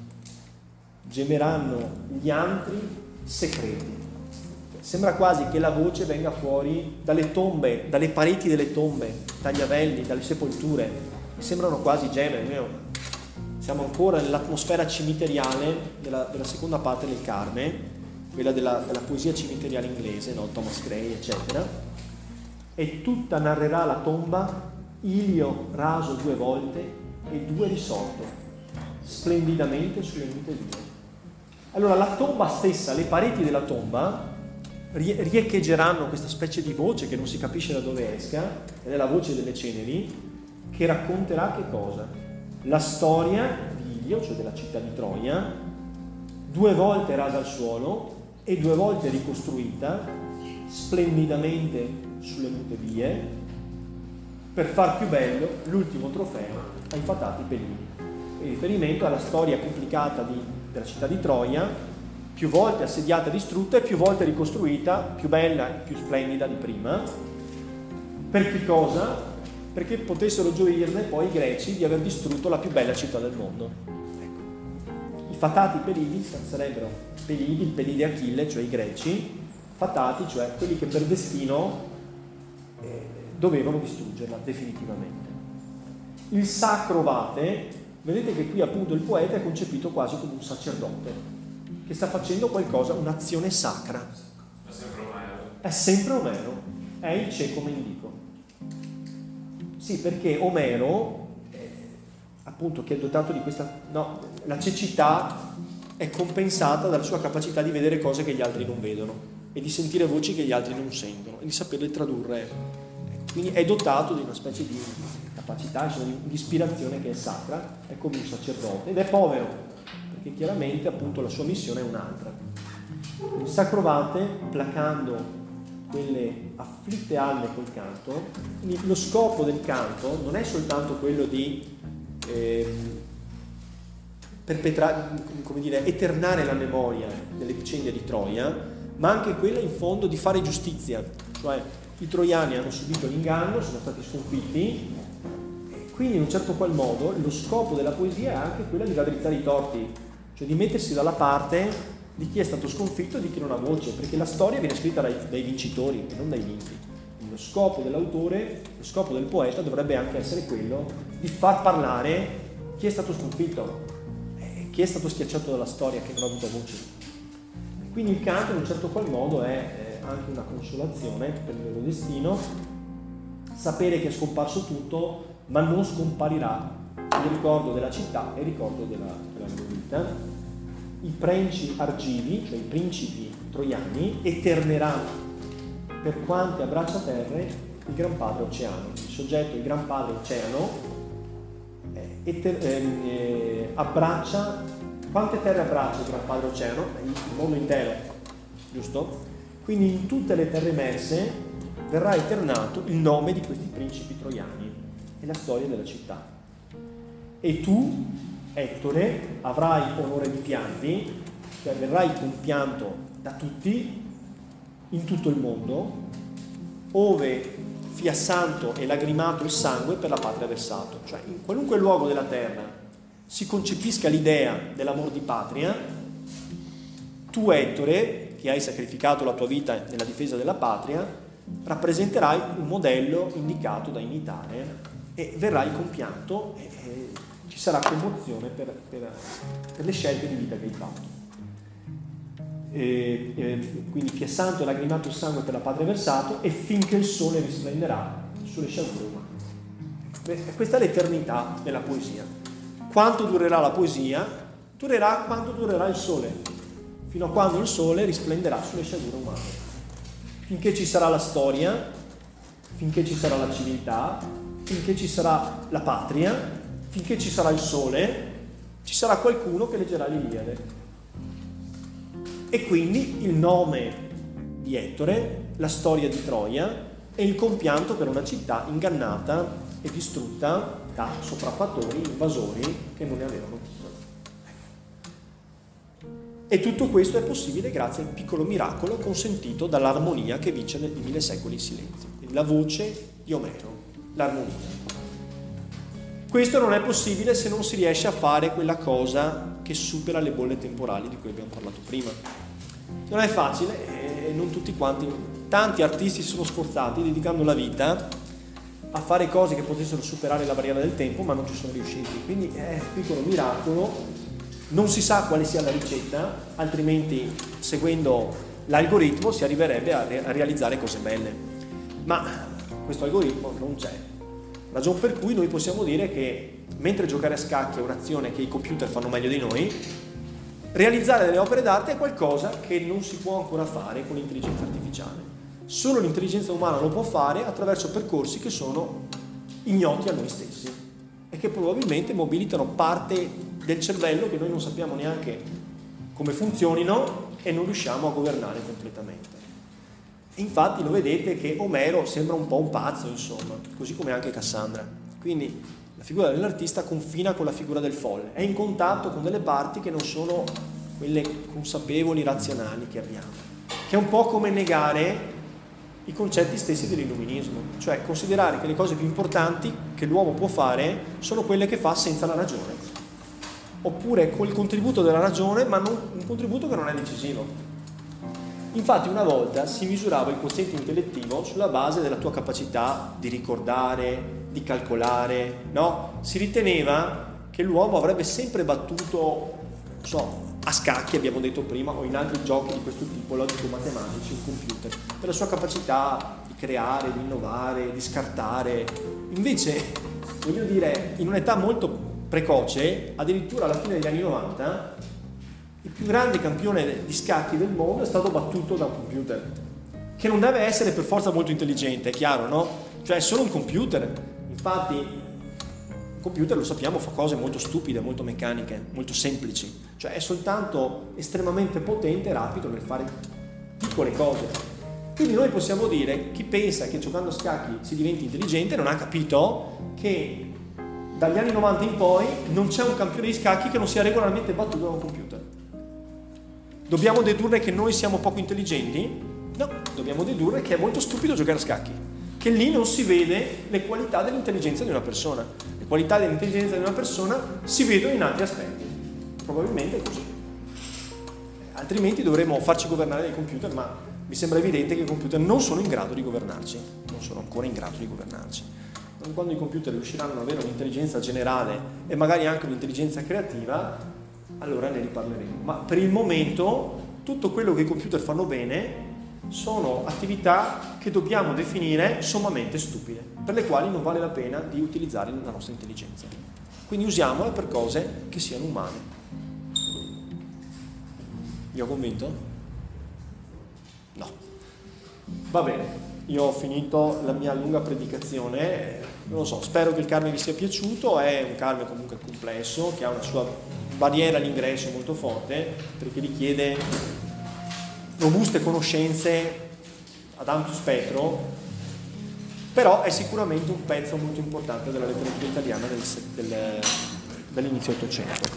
Gemeranno gli antri secreti. Sembra quasi che la voce venga fuori dalle tombe, dalle pareti delle tombe, dagli avelli, dalle sepolture. Sembrano quasi gemere. Noi siamo ancora nell'atmosfera cimiteriale della, della seconda parte del Carme, quella della, della poesia cimiteriale inglese, no? Thomas Gray, eccetera. E tutta narrerà la tomba, Ilio raso due volte e due risorto, splendidamente sulle mute vie. Allora la tomba stessa, le pareti della tomba riecheggeranno questa specie di voce che non si capisce da dove esca, ed è la voce delle ceneri, che racconterà che cosa? La storia di Ilio, cioè della città di Troia, due volte rasa al suolo e due volte ricostruita splendidamente sulle mute vie, per far più bello l'ultimo trofeo ai fatati pelini. In riferimento alla storia complicata di, della città di Troia, più volte assediata e distrutta e più volte ricostruita, più bella e più splendida di prima. Per che cosa? Perché potessero gioirne poi i greci di aver distrutto la più bella città del mondo. Ecco. I fatati pelidi sarebbero pelidi, il pelide Achille, cioè i greci, fatati, cioè quelli che per destino eh, dovevano distruggerla definitivamente. Il sacro vate, vedete che qui appunto il poeta è concepito quasi come un sacerdote che sta facendo qualcosa, un'azione sacra. È sempre Omero. È sempre Omero, è il cieco mendico. Sì, perché Omero, eh, appunto, che è dotato di questa... No, la cecità è compensata dalla sua capacità di vedere cose che gli altri non vedono e di sentire voci che gli altri non sentono e di saperle tradurre. Quindi è dotato di una specie di capacità, insomma, di ispirazione che è sacra, è come un sacerdote, ed è povero, perché chiaramente appunto la sua missione è un'altra. Il sacro vate, placando quelle afflitte anime col canto. Quindi lo scopo del canto non è soltanto quello di eh, perpetrare, come dire, eternare la memoria delle vicende di Troia, ma anche quella in fondo di fare giustizia. Cioè i troiani hanno subito l'inganno, sono stati sconfitti, e quindi in un certo qual modo lo scopo della poesia è anche quello di raddrizzare i torti, cioè di mettersi dalla parte di chi è stato sconfitto e di chi non ha voce, perché la storia viene scritta dai, dai vincitori e non dai vinti. Lo scopo dell'autore, lo scopo del poeta dovrebbe anche essere quello di far parlare chi è stato sconfitto, eh, chi è stato schiacciato dalla storia, che non ha avuto voce. Quindi il canto in un certo qual modo è eh, anche una consolazione per il loro destino, sapere che è scomparso tutto, ma non scomparirà il ricordo della città e il ricordo della, della loro vita. I prenci argivi, cioè i principi troiani, eterneranno per quante abbraccia terre il Gran Padre Oceano. Il soggetto, il Gran Padre Oceano, eh, eter, eh, abbraccia, quante terre abbraccia il Gran Padre Oceano? Il mondo intero, giusto? Quindi in tutte le terre emerse verrà eternato il nome di questi principi troiani e la storia della città. E tu, Ettore, avrai onore di pianti, cioè verrai compianto da tutti in tutto il mondo, ove fia santo e lagrimato il sangue per la patria versato. Cioè in qualunque luogo della terra si concepisca l'idea dell'amor di patria, tu, Ettore, che hai sacrificato la tua vita nella difesa della patria, rappresenterai un modello indicato da imitare e verrai compianto e, e ci sarà commozione per, per, per le scelte di vita che hai fatto. E, e, quindi fia santo e lagrimato il sangue per la patria versato, e finché il sole risplenderà sulle sciagure umane. Questa è l'eternità della poesia. Quanto durerà la poesia? Durerà quanto durerà il sole, fino a quando il sole risplenderà sulle sciagure umane. Finché ci sarà la storia, finché ci sarà la civiltà, finché ci sarà la patria, finché ci sarà il sole, ci sarà qualcuno che leggerà l'Iliade. E quindi il nome di Ettore, la storia di Troia e il compianto per una città ingannata e distrutta da sopraffattori, invasori che non ne avevano titolo. E tutto questo è possibile grazie al piccolo miracolo consentito dall'armonia che vince nei mille secoli in silenzio. Quindi la voce di Omero, l'armonia. Questo non è possibile se non si riesce a fare quella cosa che supera le bolle temporali di cui abbiamo parlato prima. Non è facile e non tutti quanti, tanti artisti si sono sforzati dedicando la vita a fare cose che potessero superare la barriera del tempo, ma non ci sono riusciti. Quindi è un piccolo miracolo, non si sa quale sia la ricetta, altrimenti seguendo l'algoritmo si arriverebbe a, re- a realizzare cose belle. Ma questo algoritmo non c'è. Ragion per cui noi possiamo dire che mentre giocare a scacchi è un'azione che i computer fanno meglio di noi, realizzare delle opere d'arte è qualcosa che non si può ancora fare con l'intelligenza artificiale. Solo l'intelligenza umana lo può fare attraverso percorsi che sono ignoti a noi stessi e che probabilmente mobilitano parte del cervello che noi non sappiamo neanche come funzionino e non riusciamo a governare completamente. E infatti lo vedete che Omero sembra un po' un pazzo, insomma, così come anche Cassandra. Quindi la figura dell'artista confina con la figura del folle, è in contatto con delle parti che non sono quelle consapevoli, razionali che abbiamo, che è un po' come negare i concetti stessi dell'illuminismo, cioè considerare che le cose più importanti che l'uomo può fare sono quelle che fa senza la ragione, oppure col contributo della ragione, ma non, un contributo che non è decisivo. Infatti una volta si misurava il quoziente intellettivo sulla base della tua capacità di ricordare, di calcolare, no? Si riteneva che l'uomo avrebbe sempre battuto, non so, a scacchi, abbiamo detto prima, o in altri giochi di questo tipo, logico-matematici, un computer, per la sua capacità di creare, di innovare, di scartare. Invece, voglio dire, in un'età molto precoce, addirittura alla fine degli anni novanta, il più grande campione di scacchi del mondo è stato battuto da un computer, che non deve essere per forza molto intelligente, è chiaro, no? Cioè è solo un computer. Infatti il computer, lo sappiamo, fa cose molto stupide, molto meccaniche, molto semplici, cioè è soltanto estremamente potente e rapido nel fare piccole cose. Quindi noi possiamo dire, chi pensa che giocando a scacchi si diventi intelligente non ha capito che dagli anni novanta in poi non c'è un campione di scacchi che non sia regolarmente battuto da un computer. Dobbiamo dedurre che noi siamo poco intelligenti? No, dobbiamo dedurre che è molto stupido giocare a scacchi, che lì non si vede le qualità dell'intelligenza di una persona. Le qualità dell'intelligenza di una persona si vedono in altri aspetti. Probabilmente è così. Altrimenti dovremmo farci governare dai computer, ma mi sembra evidente che i computer non sono in grado di governarci, non sono ancora in grado di governarci. Quando i computer riusciranno ad avere un'intelligenza generale e magari anche un'intelligenza creativa, allora ne riparleremo. Ma per il momento tutto quello che i computer fanno bene sono attività che dobbiamo definire sommamente stupide, per le quali non vale la pena di utilizzare la nostra intelligenza. Quindi usiamola per cose che siano umane. Vi ho convinto? No. Va bene, io ho finito la mia lunga predicazione, non lo so, spero che il Carme vi sia piaciuto, è un Carme comunque complesso, che ha una sua barriera all'ingresso molto forte, perché richiede robuste conoscenze ad ampio spettro, però è sicuramente un pezzo molto importante della letteratura italiana del, del, dell'inizio Ottocento.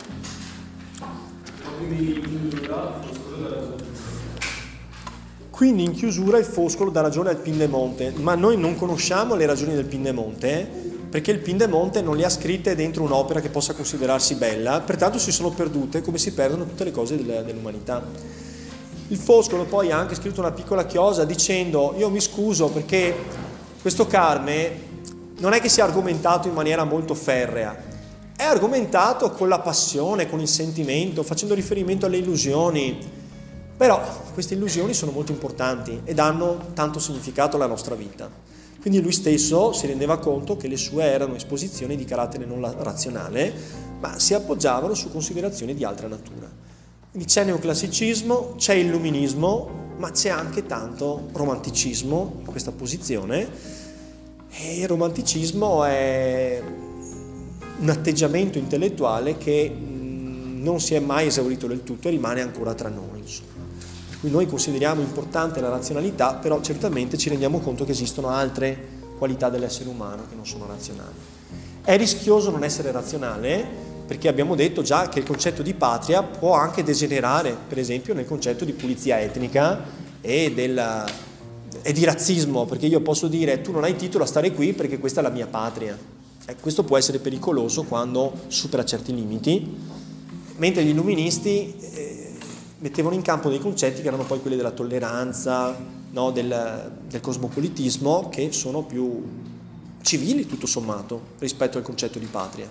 Quindi in chiusura il Foscolo dà ragione al Pindemonte, ma noi non conosciamo le ragioni del Pindemonte perché il Pindemonte non le ha scritte dentro un'opera che possa considerarsi bella, pertanto si sono perdute come si perdono tutte le cose dell'umanità. Il Foscolo poi ha anche scritto una piccola chiosa dicendo: io mi scuso perché questo Carme non è che sia argomentato in maniera molto ferrea, è argomentato con la passione, con il sentimento, facendo riferimento alle illusioni. Però queste illusioni sono molto importanti e danno tanto significato alla nostra vita. Quindi lui stesso si rendeva conto che le sue erano esposizioni di carattere non razionale, ma si appoggiavano su considerazioni di altra natura. Quindi c'è neoclassicismo, c'è illuminismo, ma c'è anche tanto romanticismo in questa posizione. E il romanticismo è un atteggiamento intellettuale che non si è mai esaurito del tutto e rimane ancora tra noi, insomma. Noi consideriamo importante la razionalità, però certamente ci rendiamo conto che esistono altre qualità dell'essere umano che non sono razionali. È rischioso non essere razionale perché abbiamo detto già che il concetto di patria può anche degenerare, per esempio, nel concetto di pulizia etnica e, del, e di razzismo, perché io posso dire tu non hai titolo a stare qui perché questa è la mia patria. E questo può essere pericoloso quando supera certi limiti, mentre gli illuministi eh, mettevano in campo dei concetti che erano poi quelli della tolleranza, no, del, del cosmopolitismo, che sono più civili tutto sommato rispetto al concetto di patria.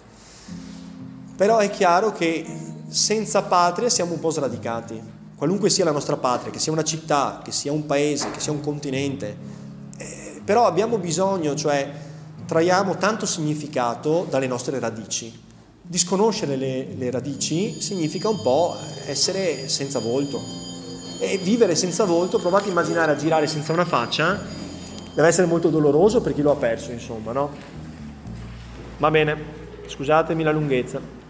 Però è chiaro che senza patria siamo un po' sradicati, qualunque sia la nostra patria, che sia una città, che sia un paese, che sia un continente, eh, però abbiamo bisogno, cioè traiamo tanto significato dalle nostre radici. Disconoscere le, le radici significa un po' essere senza volto, e vivere senza volto, provate a immaginare a girare senza una faccia, deve essere molto doloroso per chi lo ha perso, insomma, no? Va bene, scusatemi la lunghezza.